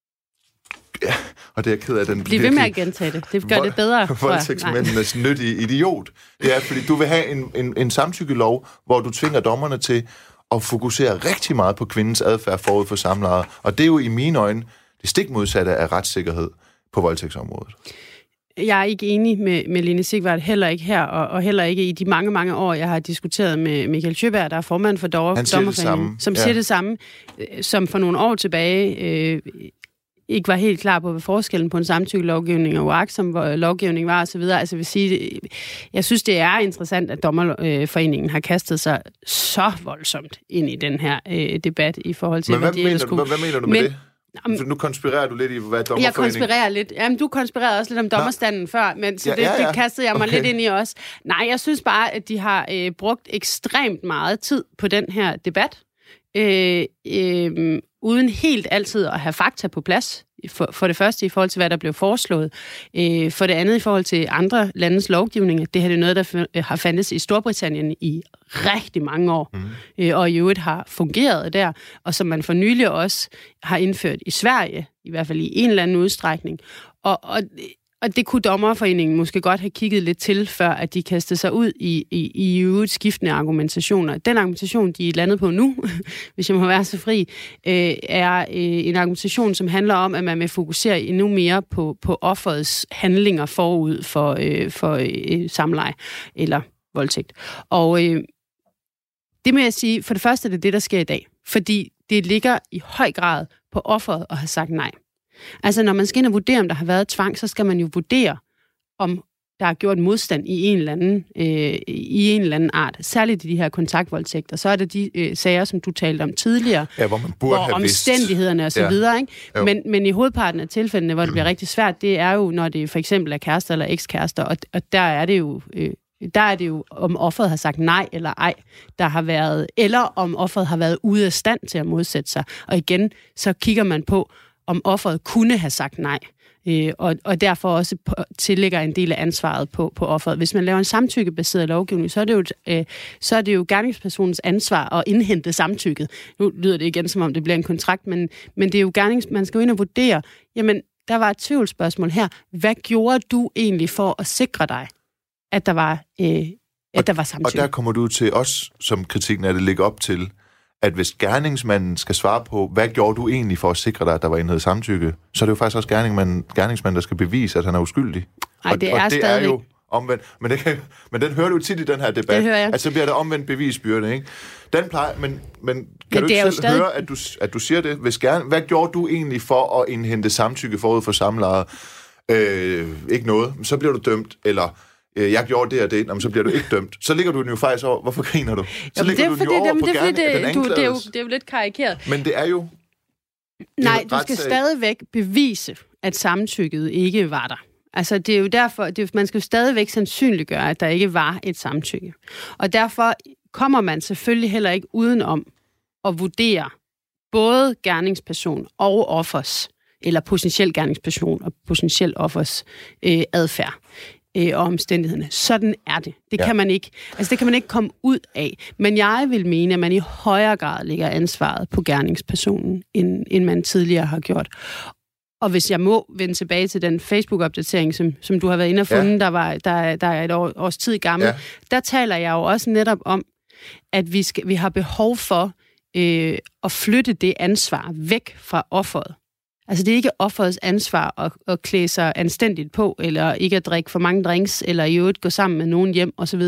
Ja, og det er jeg ked af den... Bliv ved med at gentage det. Det gør det bedre. Voldtægtsmændenes nyttige idiot. Det er, fordi du vil have en samtykkelov, hvor du tvinger dommerne til at fokusere rigtig meget på kvindens adfærd forud for samlejet. Og det er jo i mine øjne det stik modsatte af retssikkerhed på voldtægtsområdet. Jeg er ikke enig med Lene Sigvart, heller ikke her, og heller ikke i de mange, mange år, jeg har diskuteret med Michael Sjøberg, der er formand for Dommerforeningen, som siger det samme, som for nogle år tilbage ikke var helt klar på, hvad forskellen på en samtykkelovgivning og uagtsom lovgivning var osv. Altså, vil sige, jeg synes, det er interessant, at Dommerforeningen har kastet sig så voldsomt ind i den her debat i forhold til, hvad mener du med det? For nu konspirerer du lidt i, hvad Dommerforeningen... Jeg konspirerer lidt. Jamen, du konspirerede også lidt om dommerstanden før, men så det kastede jeg mig lidt ind i også. Nej, jeg synes bare, at de har brugt ekstremt meget tid på den her debat. uden helt altid at have fakta på plads. For det første i forhold til, hvad der blev foreslået. For det andet i forhold til andre landes lovgivning. Det her er noget, der har fandtes i Storbritannien i rigtig mange år, og i øvrigt har fungeret der, og som man for nylig også har indført i Sverige, i hvert fald i en eller anden udstrækning. Og det kunne dommerforeningen måske godt have kigget lidt til, før at de kastede sig ud i øvrigt skiftende argumentationer. Den argumentation, de er landet på nu, hvis jeg må være så fri, er en argumentation, som handler om, at man vil fokusere endnu mere på offerets handlinger forud for samleje eller voldtægt. Og det må jeg sige, for det første er det, der sker i dag. Fordi det ligger i høj grad på offeret at have sagt nej. Altså, når man skal ind og vurdere, om der har været tvang, så skal man jo vurdere, om der er gjort modstand i en eller anden art. Særligt i de her kontaktvoldtægter. Så er det de sager, som du talte om tidligere. Ja, hvor man burde have omstændighederne og så videre. Ikke? Men i hovedparten af tilfældene, hvor det bliver rigtig svært, det er jo, når det for eksempel er kærester eller ekskærester, og der er det jo, om offeret har sagt nej eller ej, der har været, eller om offeret har været ude af stand til at modsætte sig. Og igen, så kigger man på, om offeret kunne have sagt nej, og derfor også tillægger en del af ansvaret på offeret. Hvis man laver en samtykkebaseret lovgivning, så er det jo gerningspersonens ansvar at indhente samtykket. Nu lyder det igen, som om det bliver en kontrakt, men det er jo man skal jo ind og vurdere, jamen, der var et tvivlsspørgsmål her. Hvad gjorde du egentlig for at sikre dig, at der var samtykke? Og der kommer du til os, som kritikken af det ligger op til, at hvis gerningsmanden skal svare på, hvad gjorde du egentlig for at sikre dig, at der var indhentet samtykke, så er det jo faktisk også gerningsmanden, der skal bevise, at han er uskyldig. Nej, det er stadigvæk. Er jo omvendt. Men den hører du tit i den her debat. Det hører jeg. Altså, så bliver der omvendt bevisbyrde, ikke? Den plejer, men kan du ikke selv høre, at du siger det? Hvad gjorde du egentlig for at indhente samtykke forud for samlejet? Ikke noget. Så bliver du dømt, eller jeg gjorde det og det, så bliver du ikke dømt. Så ligger du den jo faktisk over. Hvorfor griner du? Så ligger du den jo over på det er jo lidt karikeret. Men det er jo... Nej, du skal stadigvæk bevise, at samtykket ikke var der. Altså, det er jo derfor, man skal jo stadigvæk sandsynliggøre, at der ikke var et samtykke. Og derfor kommer man selvfølgelig heller ikke udenom at vurdere både gerningsperson og offers, eller potentiel gerningsperson og potentiel offers adfærd og omstændighederne. Sådan er det. Det kan man ikke. Altså, det kan man ikke komme ud af. Men jeg vil mene, at man i højere grad lægger ansvaret på gerningspersonen, end man tidligere har gjort. Og hvis jeg må vende tilbage til den Facebook-opdatering, som du har været inde og fundet, der er et års tid gammel, der taler jeg jo også netop om, at vi har behov for at flytte det ansvar væk fra offeret. Altså, det er ikke offerets ansvar at klæde sig anstændigt på, eller ikke at drikke for mange drinks, eller i øvrigt gå sammen med nogen hjem, osv.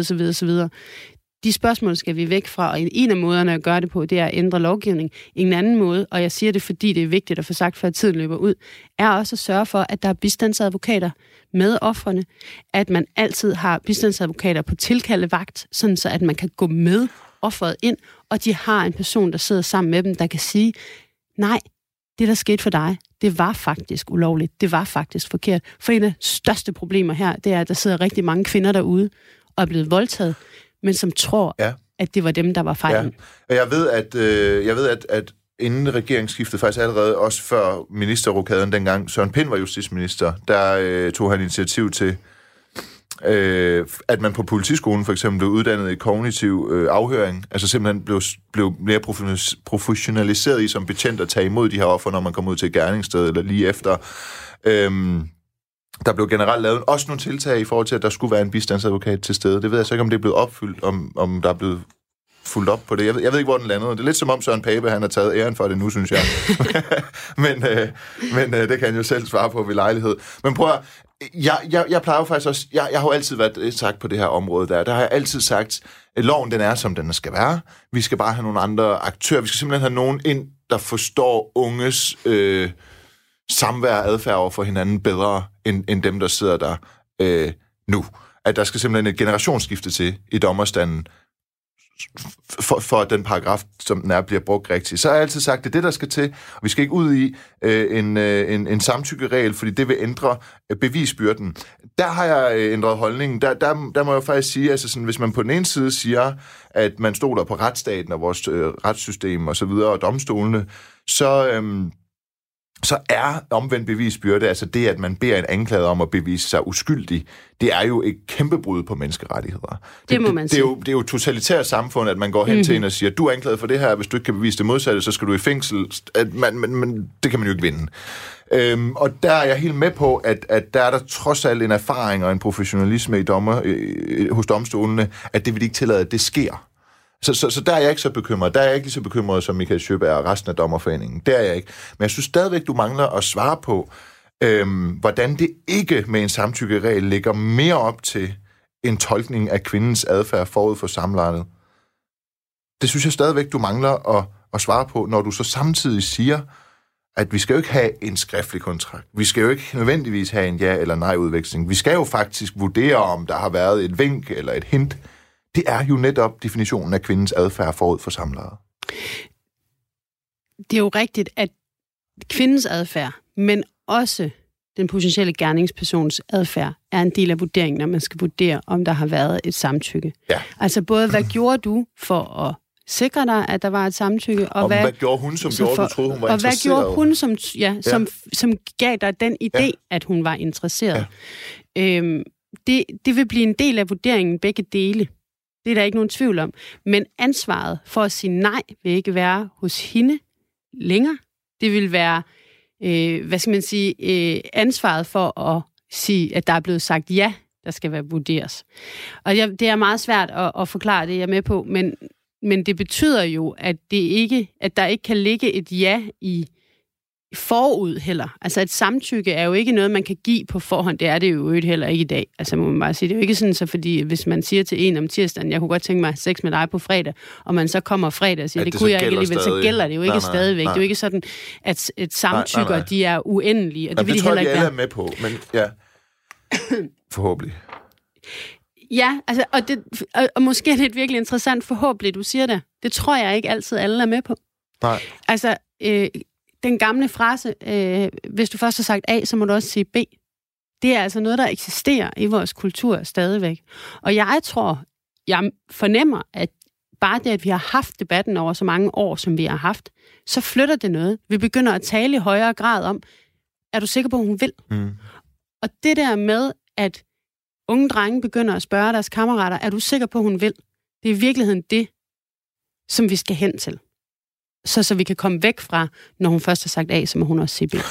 De spørgsmål skal vi væk fra, og en af måderne at gøre det på, det er at ændre lovgivning. En anden måde, og jeg siger det, fordi det er vigtigt at få sagt, før tiden løber ud, er også at sørge for, at der er bistandsadvokater med ofrene, at man altid har bistandsadvokater på tilkaldevagt, sådan så at man kan gå med offeret ind, og de har en person, der sidder sammen med dem, der kan sige, nej, det, der skete for dig, det var faktisk ulovligt. Det var faktisk forkert. For en af de største problemer her, det er, at der sidder rigtig mange kvinder derude og er blevet voldtaget, men som tror, at det var dem, der var fejlen. Ja. Jeg ved, at inden regeringsskiftet, faktisk allerede også før ministerrokaden dengang, Søren Pind var justitsminister, der tog han initiativ til, at man på politiskolen for eksempel blev uddannet i kognitiv afhøring, altså simpelthen blev mere professionaliseret i som betjent at tage imod de her offer, når man kom ud til et gerningssted eller lige efter. Der blev generelt lavet også nogle tiltag i forhold til, at der skulle være en bistandsadvokat til stede. Det ved jeg så ikke, om det er blevet opfyldt, om der er blevet fuldt op på det. Jeg ved ikke, hvor den landede. Det er lidt som om Søren Pape, han har taget æren for det nu, synes jeg. men det kan han jo selv svare på ved lejlighed. Men prøv at jeg plejer jo faktisk også... Jeg har jo altid været sagt på det her område der har jeg altid sagt, at loven den er, som den skal være. Vi skal bare have nogle andre aktører. Vi skal simpelthen have nogen ind, der forstår unges samvær og adfærd over for hinanden bedre, end dem, der sidder der nu. At der skal simpelthen et generationsskifte til i dommerstanden, for at den paragraf, som den er, bliver brugt rigtigt. Så har jeg altid sagt, at det er det, der skal til. Vi skal ikke ud i en samtykkeregel, fordi det vil ændre bevisbyrden. Der har jeg ændret holdningen. Der må jeg faktisk sige, altså sådan, hvis man på den ene side siger, at man stoler på retsstaten og vores retssystem og så videre, og domstolene, så er omvendt bevisbyrde, altså det, at man beder en anklaget om at bevise sig uskyldig, det er jo et kæmpe brud på menneskerettigheder. Det må man sige. Det er jo totalitært samfund, at man går hen til en og siger, du er anklaget for det her, hvis du ikke kan bevise det modsatte, så skal du i fængsel. Men det kan man jo ikke vinde. Og der er jeg helt med på, at der er der trods alt en erfaring og en professionalisme hos domstolene, at det vil ikke tillade, at det sker. Så der er jeg ikke så bekymret. Der er jeg ikke lige så bekymret som Michael Sjöberg og resten af dommerforeningen. Der er jeg ikke. Men jeg synes stadigvæk, du mangler at svare på, hvordan det ikke med en samtykkeregel ligger mere op til en tolkning af kvindens adfærd forud for samlejet. Det synes jeg stadigvæk, du mangler at svare på, når du så samtidig siger, at vi skal jo ikke have en skriftlig kontrakt. Vi skal jo ikke nødvendigvis have en ja- eller nej-udveksling. Vi skal jo faktisk vurdere, om der har været et vink eller et hint. Det er jo netop definitionen af kvindens adfærd forud for samlejet. Det er jo rigtigt, at kvindens adfærd, men også den potentielle gerningspersons adfærd, er en del af vurderingen, når man skal vurdere, om der har været et samtykke. Ja. Altså både, hvad gjorde du for at sikre dig, at der var et samtykke, og hvad gjorde hun, som gjorde, du troede, hun var og interesseret? Og hvad gjorde hun, som gav dig den idé, at hun var interesseret? Ja. Det vil blive en del af vurderingen, begge dele. Det er der ikke nogen tvivl om. Men ansvaret for at sige nej vil ikke være hos hende længere. Det vil være, ansvaret for at sige, at der er blevet sagt ja, der skal være vurderes. Og det er meget svært at forklare det, jeg er med på, men det betyder jo, at der ikke kan ligge et ja i forud heller. Altså et samtykke er jo ikke noget, man kan give på forhånd. Det er det jo heller ikke i dag. Altså må man bare sige. Det er jo ikke sådan, så fordi hvis man siger til en om tirsdagen, jeg kunne godt tænke mig at have sex med dig på fredag, og man så kommer fredag og siger, det kunne jeg ikke alligevel, så gælder det jo ikke stadigvæk. Nej. Det er jo ikke sådan, at et samtykker, de er uendelige, og det vil de heller ikke være. Det tror jeg, alle er med på, men ja, forhåbentlig. Ja, altså, og måske er det et virkelig interessant forhåbentlig, du siger det. Det tror jeg ikke altid alle er med på. Nej. Altså, den gamle frase, hvis du først har sagt A, så må du også sige B. Det er altså noget, der eksisterer i vores kultur stadigvæk. Og jeg fornemmer, at bare det, at vi har haft debatten over så mange år, som vi har haft, så flytter det noget. Vi begynder at tale i højere grad om, er du sikker på, at hun vil? Mm. Og det der med, at unge drenge begynder at spørge deres kammerater, er du sikker på, at hun vil? Det er i virkeligheden det, som vi skal hen til. Så vi kan komme væk fra, når hun først har sagt A, så må hun også sige B.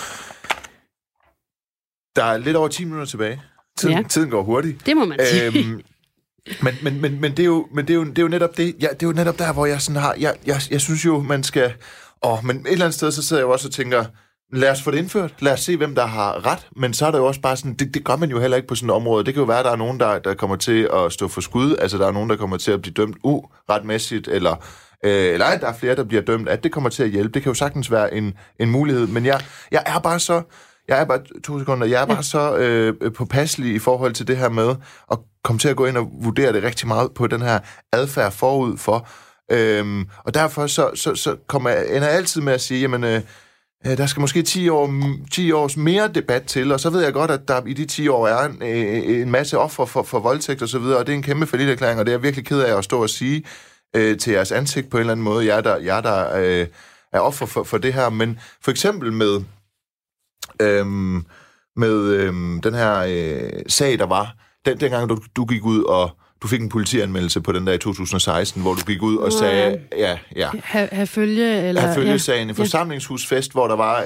Der er lidt over 10 minutter tilbage. Tiden går hurtigt. Det må man sige. Men det er jo netop det. Ja, det er jo netop der, hvor jeg sådan har... Jeg synes jo, man skal... men et eller andet sted, så sidder jeg jo også og tænker, lad os få det indført. Lad os se, hvem der har ret. Men så er der jo også bare sådan... Det gør man jo heller ikke på sådan et område. Det kan jo være, at der er nogen, der kommer til at stå for skud. Altså, der er nogen, der kommer til at blive dømt uretmæssigt, eller der er flere, der bliver dømt, at det kommer til at hjælpe. Det kan jo sagtens være en mulighed. Men jeg er bare så... Jeg er bare så påpasselig i forhold til det her med at komme til at gå ind og vurdere det rigtig meget på den her adfærd forud for. Og derfor så ender jeg altid med at sige, jamen, der skal måske 10 års mere debat til, og så ved jeg godt, at der i de 10 år er en masse ofre for voldtægt og så videre, og det er en kæmpe falliterklæring, og det er jeg virkelig ked af at stå og sige til jeres ansigt på en eller anden måde, jer der er offer for det her, men for eksempel med den her sag, der var, dengang du gik ud, og du fik en politianmeldelse på den der i 2016, hvor du gik ud og sagde, Herfølge-sagen, en forsamlingshusfest, hvor der var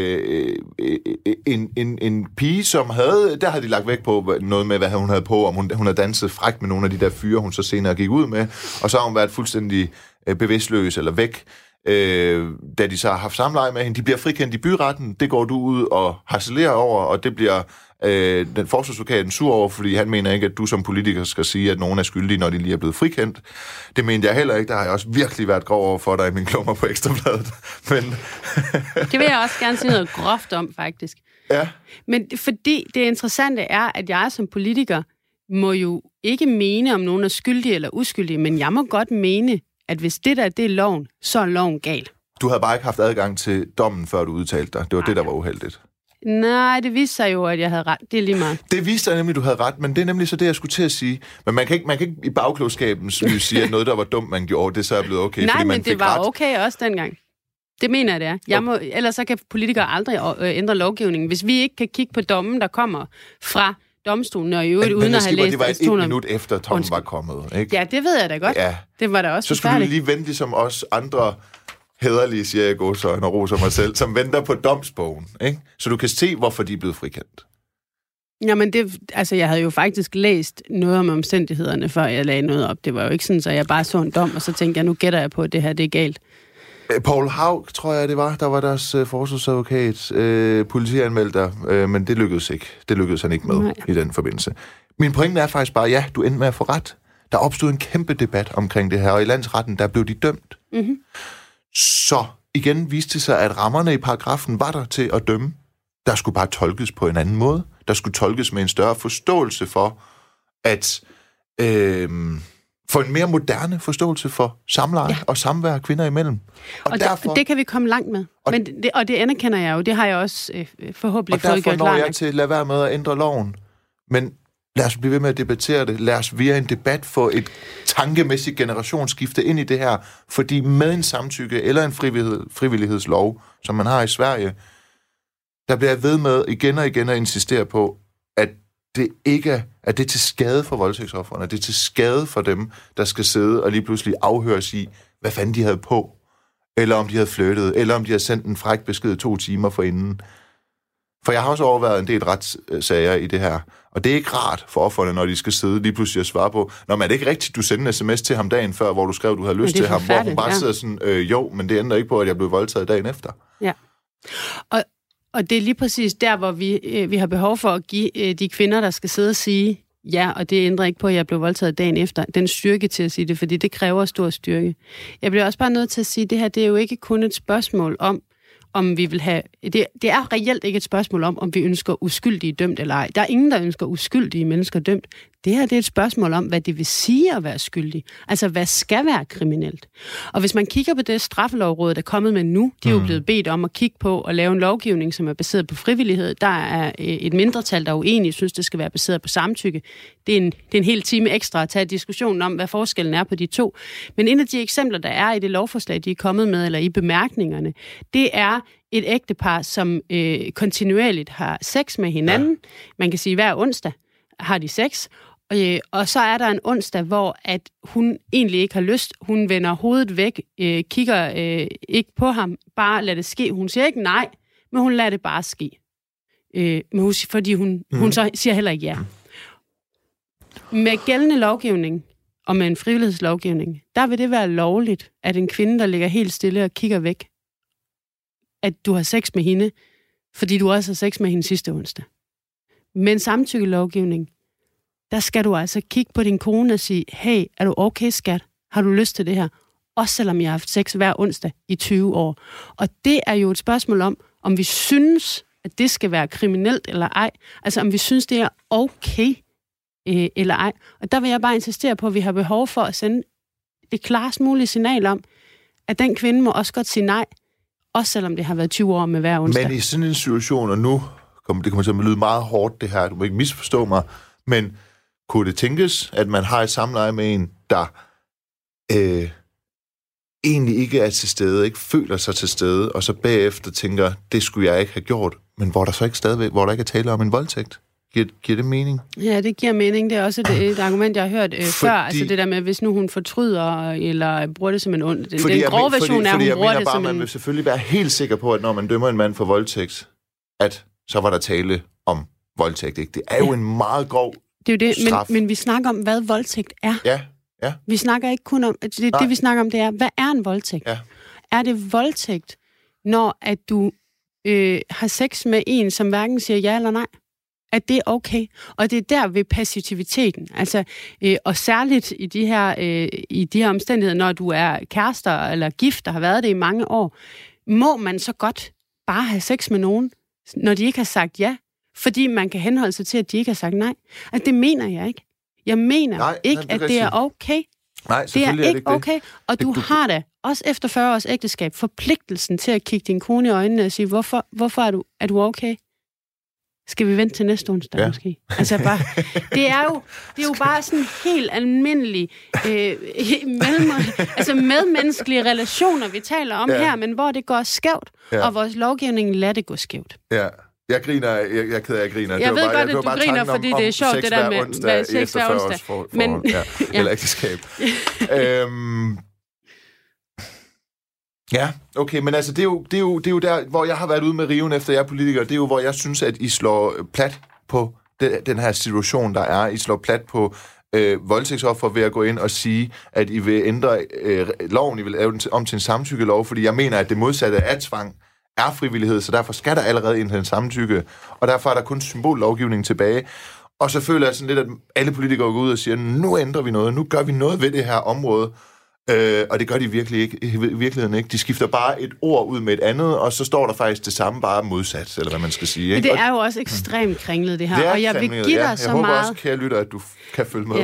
en pige, som havde de lagt væk på noget med, hvad hun havde på, om hun havde danset frækt med nogle af de der fyre, hun så senere gik ud med, og så har hun været fuldstændig bevidstløs eller væk, da de så har haft samleje med hende. De bliver frikendt i byretten, det går du ud og harcelerer over, og det bliver den forsvarsadvokaten sur over, fordi han mener ikke, at du som politiker skal sige, at nogen er skyldige, når de lige er blevet frikendt. Det mente jeg heller ikke. Der har jeg også virkelig været grov over for dig i min klummer på Ekstrabladet. Men det vil jeg også gerne sige noget groft om, faktisk. Ja. Men fordi det interessante er, at jeg som politiker må jo ikke mene, om nogen er skyldige eller uskyldige, men jeg må godt mene, at hvis det er loven, så er loven gal. Du havde bare ikke haft adgang til dommen, før du udtalte dig. Det var det, der var uheldigt. Nej, det viste sig jo, at jeg havde ret. Det er lige meget. Det viste sig nemlig, at du havde ret, men det er nemlig så det, jeg skulle til at sige. Men man kan ikke i bagklogskabens lys sige, at noget, der var dumt, man gjorde, det så er blevet okay, nej, fordi man men fik det var ret. Okay også dengang. Det mener jeg, det er. Ellers så kan politikere aldrig ændre lovgivningen. Hvis vi ikke kan kigge på dommen, der kommer fra domstolen, og i øvrigt uden at have læst... Det var et minut efter, dommen var kommet, ikke? Ja, det ved jeg da godt. Ja. Det var da også så skulle du lige vente ligesom os andre hæderlige, siger jeg gåsøjne og roser mig selv, som venter på domsbogen, ikke? Så du kan se, hvorfor de er blevet frikendt. Jamen, jeg havde jo faktisk læst noget om omstændighederne, før jeg lagde noget op. Det var jo ikke sådan, så jeg bare så en dom, og så tænkte jeg, nu gætter jeg på, at det her, det er galt. Poul Haug, tror jeg, det var. Der var deres forsvarsadvokat, politianmelder, men det lykkedes ikke. Det lykkedes han ikke med i den forbindelse. Min pointe er faktisk bare, ja, du endte med at få ret. Der opstod en kæmpe debat omkring det her, og i landsretten, der blev de dømt. Mm-hmm. Så igen viste det sig, at rammerne i paragrafen var der til at dømme. Der skulle bare tolkes på en anden måde. Der skulle tolkes med en større forståelse for, at for en mere moderne forståelse for samleje og samvær kvinder imellem. Og derfor, det kan vi komme langt med. Og det anerkender jeg jo. Det har jeg også forhåbentlig fået gjort langt. Og derfor når jeg til at lade være med at ændre loven. Men lad os blive ved med at debattere det. Lad os via en debat få et tankemæssigt generationsskifte ind i det her. Fordi med en samtykke eller en frivillighedslov, som man har i Sverige, der bliver jeg ved med igen og igen at insistere på, at det ikke er det til skade for voldtægtsofferne, det er til skade for dem, der skal sidde og lige pludselig afhøres i, hvad fanden de havde på, eller om de havde flyttet, eller om de havde sendt en fræk besked 2 timer forinden. For jeg har også overvejet en del retssager i det her, og det er ikke rart for offerne, når de skal sidde lige pludselig og svare på, når man er det ikke rigtigt, du sendte en sms til ham dagen før, hvor du skrev, du havde lyst til ham, hvor hun bare sidder sådan, jo, men det ændrer ikke på, at jeg blev voldtaget dagen efter. Ja, og det er lige præcis der, hvor vi har behov for at give de kvinder, der skal sidde og sige, ja, og det ændrer ikke på, at jeg blev voldtaget dagen efter, den styrke til at sige det, fordi det kræver stor styrke. Jeg bliver også bare nødt til at sige, at det her, det er jo ikke kun et spørgsmål om vi vil have... Det er reelt ikke et spørgsmål om vi ønsker uskyldige dømt eller ej. Der er ingen, der ønsker uskyldige mennesker dømt. Det her, det er et spørgsmål om, hvad det vil sige at være skyldig. Altså, hvad skal være kriminelt? Og hvis man kigger på det straffelovråd, der er kommet med nu, de er jo blevet bedt om at kigge på og lave en lovgivning, som er baseret på frivillighed. Der er et mindretal, der er uenige, synes, det skal være baseret på samtykke. Det er en hel time ekstra at tage diskussionen om, hvad forskellen er på de to. Men en af de eksempler, der er i det lovforslag, de er kommet med, eller i bemærkningerne, det er et ægtepar, som kontinuerligt har sex med hinanden. Ja. Man kan sige, hver onsdag har de sex. Og så er der en onsdag, hvor at hun egentlig ikke har lyst. Hun vender hovedet væk, kigger ikke på ham, bare lader det ske. Hun siger ikke nej, men hun lader det bare ske. Fordi hun så siger heller ikke ja. Med gældende lovgivning og med en frivillighedslovgivning, der vil det være lovligt, at en kvinde, der ligger helt stille og kigger væk, at du har sex med hende, fordi du også har sex med hende sidste onsdag. Men samtykkelovgivning, der skal du altså kigge på din kone og sige, hey, er du okay, skat? Har du lyst til det her? Også selvom jeg har haft sex hver onsdag i 20 år. Og det er jo et spørgsmål om vi synes, at det skal være kriminelt eller ej. Altså om vi synes, det er okay eller ej. Og der vil jeg bare insistere på, at vi har behov for at sende det klarest mulige signal om, at den kvinde må også godt sige nej, også selvom det har været 20 år med hver onsdag. Men i sådan en situation, og nu det kommer til at lyde meget hårdt det her, du må ikke misforstå mig, men kunne det tænkes, at man har et samleje med en, der egentlig ikke er til stede, ikke føler sig til stede, og så bagefter tænker, det skulle jeg ikke have gjort, men hvor der så ikke stadigvæk, hvor der ikke er tale om en voldtægt? Giver det mening? Ja, det giver mening. Det er også et argument, jeg har hørt før. Altså det der med, hvis nu hun fortryder, eller bruger det som en ond... Den grove version er, hun bruger det som man vil selvfølgelig være helt sikker på, at når man dømmer en mand for voldtægt, at så var der tale om voldtægt. Ikke? Det er jo en meget grov det er jo det, straf. Men vi snakker om, hvad voldtægt er. Ja. Vi snakker ikke kun om... Det vi snakker om, det er, hvad er en voldtægt? Ja. Er det voldtægt, når at du har sex med en, som hverken siger ja eller nej? At det er okay. Og det er der ved passiviteten. Altså, og særligt i de her omstændigheder, når du er kærester eller gift, der har været det i mange år, må man så godt bare have sex med nogen, når de ikke har sagt ja, fordi man kan henholde sig til, at de ikke har sagt nej. Altså, det mener jeg ikke. Jeg mener ikke, at det er okay. Nej, det er ikke det. okay. Og du har da, også efter 40 års ægteskab, forpligtelsen til at kigge din kone i øjnene og sige, hvorfor er du okay? Skal vi vente til næste onsdag måske? Altså bare, det er jo bare sådan helt almindelig medmenneskelige relationer, vi taler om her, men hvor det går skævt, og vores lovgivning lader det gå skævt. Ja. Jeg griner, jeg er ked af, jeg griner. Jeg ved godt, at du griner, fordi det er sjovt, det der med sex hver onsdag. Men eller ægteskab. Ja, okay, men altså, det er jo der, hvor jeg har været ude med riven efter jer politikere. Det er jo, hvor jeg synes, at I slår plat på den her situation, der er. I slår plat på voldtægtsoffer ved at gå ind og sige, at I vil ændre loven, I vil lave den om til en samtykkelov, fordi jeg mener, at det modsatte af tvang er frivillighed, så derfor skal der allerede ind til en samtykke, og derfor er der kun symbollovgivning tilbage. Og så føler jeg sådan lidt, at alle politikere går ud og siger, nu ændrer vi noget, nu gør vi noget ved det her område, og det gør de virkelig ikke, i virkeligheden ikke. De skifter bare et ord ud med et andet, og så står der faktisk det samme, bare modsat, eller hvad man skal sige. Ikke? Det er jo også ekstremt kringlet, det her. Det og jeg vil give dig så meget... Jeg håber også, kære lytter, at du kan følge med.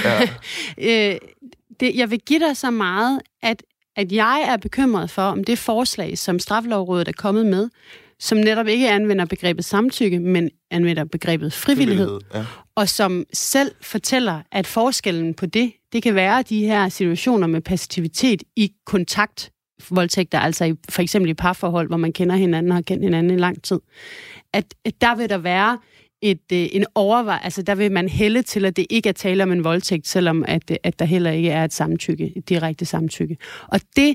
Jeg vil give dig så meget, at jeg er bekymret for, om det forslag, som Straffelovrådet er kommet med, som netop ikke anvender begrebet samtykke, men anvender begrebet frivillighed, og som selv fortæller, at forskellen på det kan være de her situationer med passivitet i kontaktvoldtægter, altså for eksempel i parforhold, hvor man kender hinanden og har kendt hinanden i lang tid, at der vil der være en overvej, altså der vil man hælde til, at det ikke er tale om en voldtægt, selvom at der heller ikke er et direkte samtykke. Og det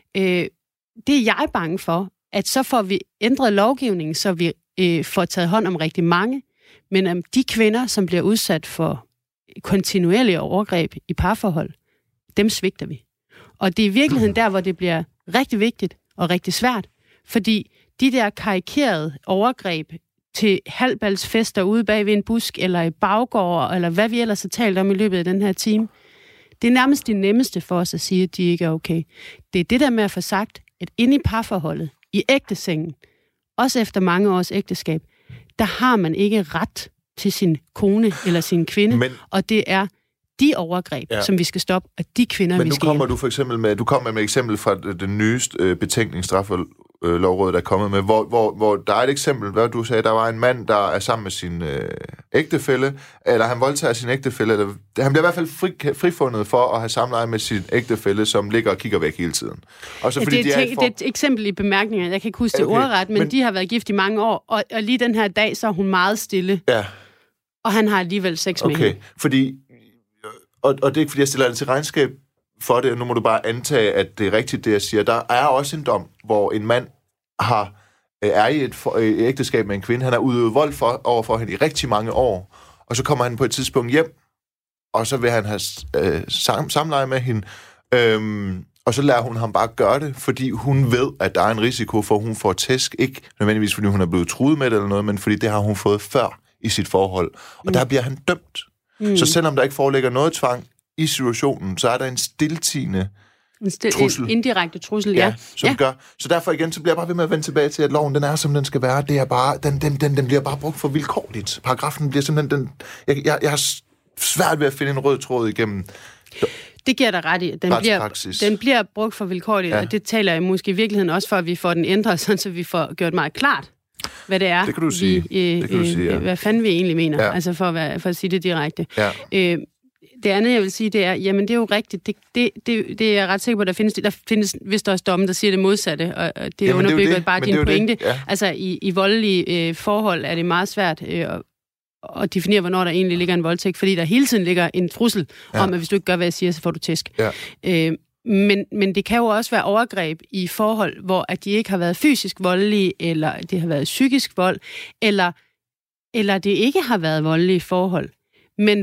er jeg bange for, at så får vi ændret lovgivningen, så vi får taget hånd om rigtig mange, men om de kvinder, som bliver udsat for kontinuerlige overgreb i parforhold, dem svigter vi. Og det er i virkeligheden der, hvor det bliver rigtig vigtigt og rigtig svært, fordi de der karikerede overgreb til halvbalsfester ude bag ved en busk, eller i baggård, eller hvad vi ellers har talt om i løbet af den her time, det er nærmest det nemmeste for os at sige, at de ikke er okay. Det er det der med at få sagt, at inde i parforholdet, i ægtesengen, også efter mange års ægteskab, der har man ikke ret til sin kone eller sin kvinde, og det er de overgreb, som vi skal stoppe, og de kvinder, vi skal kommer du for eksempel med, et eksempel fra den nyeste betænkningsstraffelovrådet, der er kommet med, hvor der er et eksempel, hvad du sagde, der var en mand, der er sammen med sin ægtefælle, eller han voldtager sin ægtefælle, eller han bliver i hvert fald frifundet for at have samleje med sin ægtefælle, som ligger og kigger væk hele tiden. Og så, fordi det er et eksempel i bemærkningerne, jeg kan ikke huske det ordret, men de har været gift i mange år, og lige den her dag, så er hun meget stille. Ja. Og han har alligevel sex med hende. Fordi og det er ikke, fordi jeg stiller det til regnskab for det, og nu må du bare antage, at det er rigtigt, det jeg siger. Der er også en dom, hvor en mand er i et ægteskab med en kvinde, han har udøvet vold overfor hende i rigtig mange år, og så kommer han på et tidspunkt hjem, og så vil han have samleje med hende, og så lader hun ham bare gøre det, fordi hun ved, at der er en risiko for, at hun får tæsk, ikke nødvendigvis fordi hun er blevet truet med det eller noget, men fordi det har hun fået før i sit forhold. Og der bliver han dømt. Så selvom der ikke foreligger noget tvang i situationen, så er der en stiltiende trussel. En indirekte trussel, ja. Som gør. Så derfor igen, så bliver jeg bare ved med at vende tilbage til, at loven, den er, som den skal være. Det er bare, den bliver bare brugt for vilkårligt. Paragrafen bliver simpelthen, jeg har svært ved at finde en rød tråd igennem. Det giver dig ret i. Den bliver brugt for vilkårligt, og det taler jeg måske i virkeligheden også for, at vi får den ændret, sådan så vi får gjort meget klart, hvad det er, det kan du sige. Hvad fanden vi egentlig mener, altså for at sige det direkte. Ja. Det andet, jeg vil sige, det er, jamen det er jo rigtigt, det er jeg ret sikker på, der findes vist også domme, der siger det modsatte, og det underbygger bare din pointe. Ja. Altså i voldelige forhold er det meget svært at definere, hvornår der egentlig ligger en voldtægt, fordi der hele tiden ligger en trussel om, at hvis du ikke gør, hvad jeg siger, så får du tæsk. Ja. Men det kan jo også være overgreb i forhold, hvor at de ikke har været fysisk voldelige, eller det har været psykisk vold, eller det ikke har været voldelige forhold, men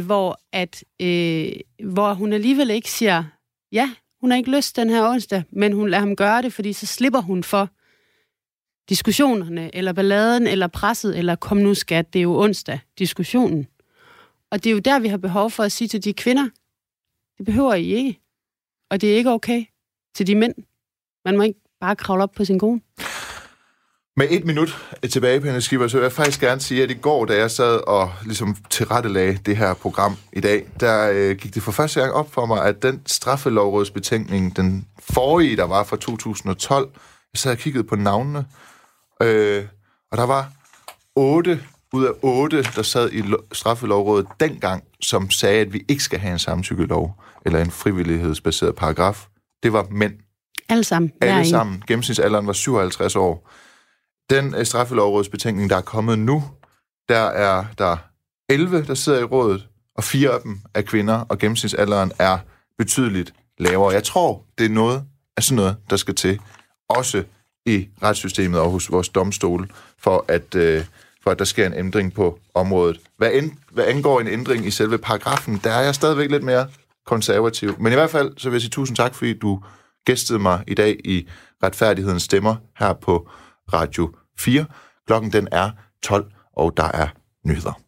hvor hun alligevel ikke siger, ja, hun har ikke lyst den her onsdag, men hun lader ham gøre det, fordi så slipper hun for diskussionerne, eller balladen, eller presset, eller kom nu skat, det er jo onsdag, diskussionen. Og det er jo der, vi har behov for at sige til de kvinder, det behøver I ikke. Og det er ikke okay til de mænd. Man må ikke bare kravle op på sin kone. Med 1 minut tilbage, Pernille Skipper, så vil jeg faktisk gerne sige, at i går, da jeg sad og ligesom tilrettelagde det her program i dag, der gik det for første gang op for mig, at den straffelovrådsbetænkning, den forrige, der var fra 2012, jeg sad og kiggede på navnene, og der var 8 ud af 8, der sad i straffelovrådet dengang, som sagde, at vi ikke skal have en samtykkelov, eller en frivillighedsbaseret paragraf. Det var mænd. Alle sammen. Alle sammen. Gennemsnitsalderen var 57 år. Den straffelovrådsbetænkning, der er kommet nu, der er der 11, der sidder i rådet, og 4 af dem er kvinder, og gennemsnitsalderen er betydeligt lavere. Jeg tror, det er noget af sådan noget, der skal til, også i retssystemet og hos vores domstole, for at der sker en ændring på området. Hvad angår en ændring i selve paragrafen, der er jeg stadigvæk lidt mere konservativ. Men i hvert fald, så vil jeg sige tusind tak, fordi du gæstede mig i dag i Retfærdighedens Stemmer her på Radio 4. Klokken den er 12, og der er nyheder.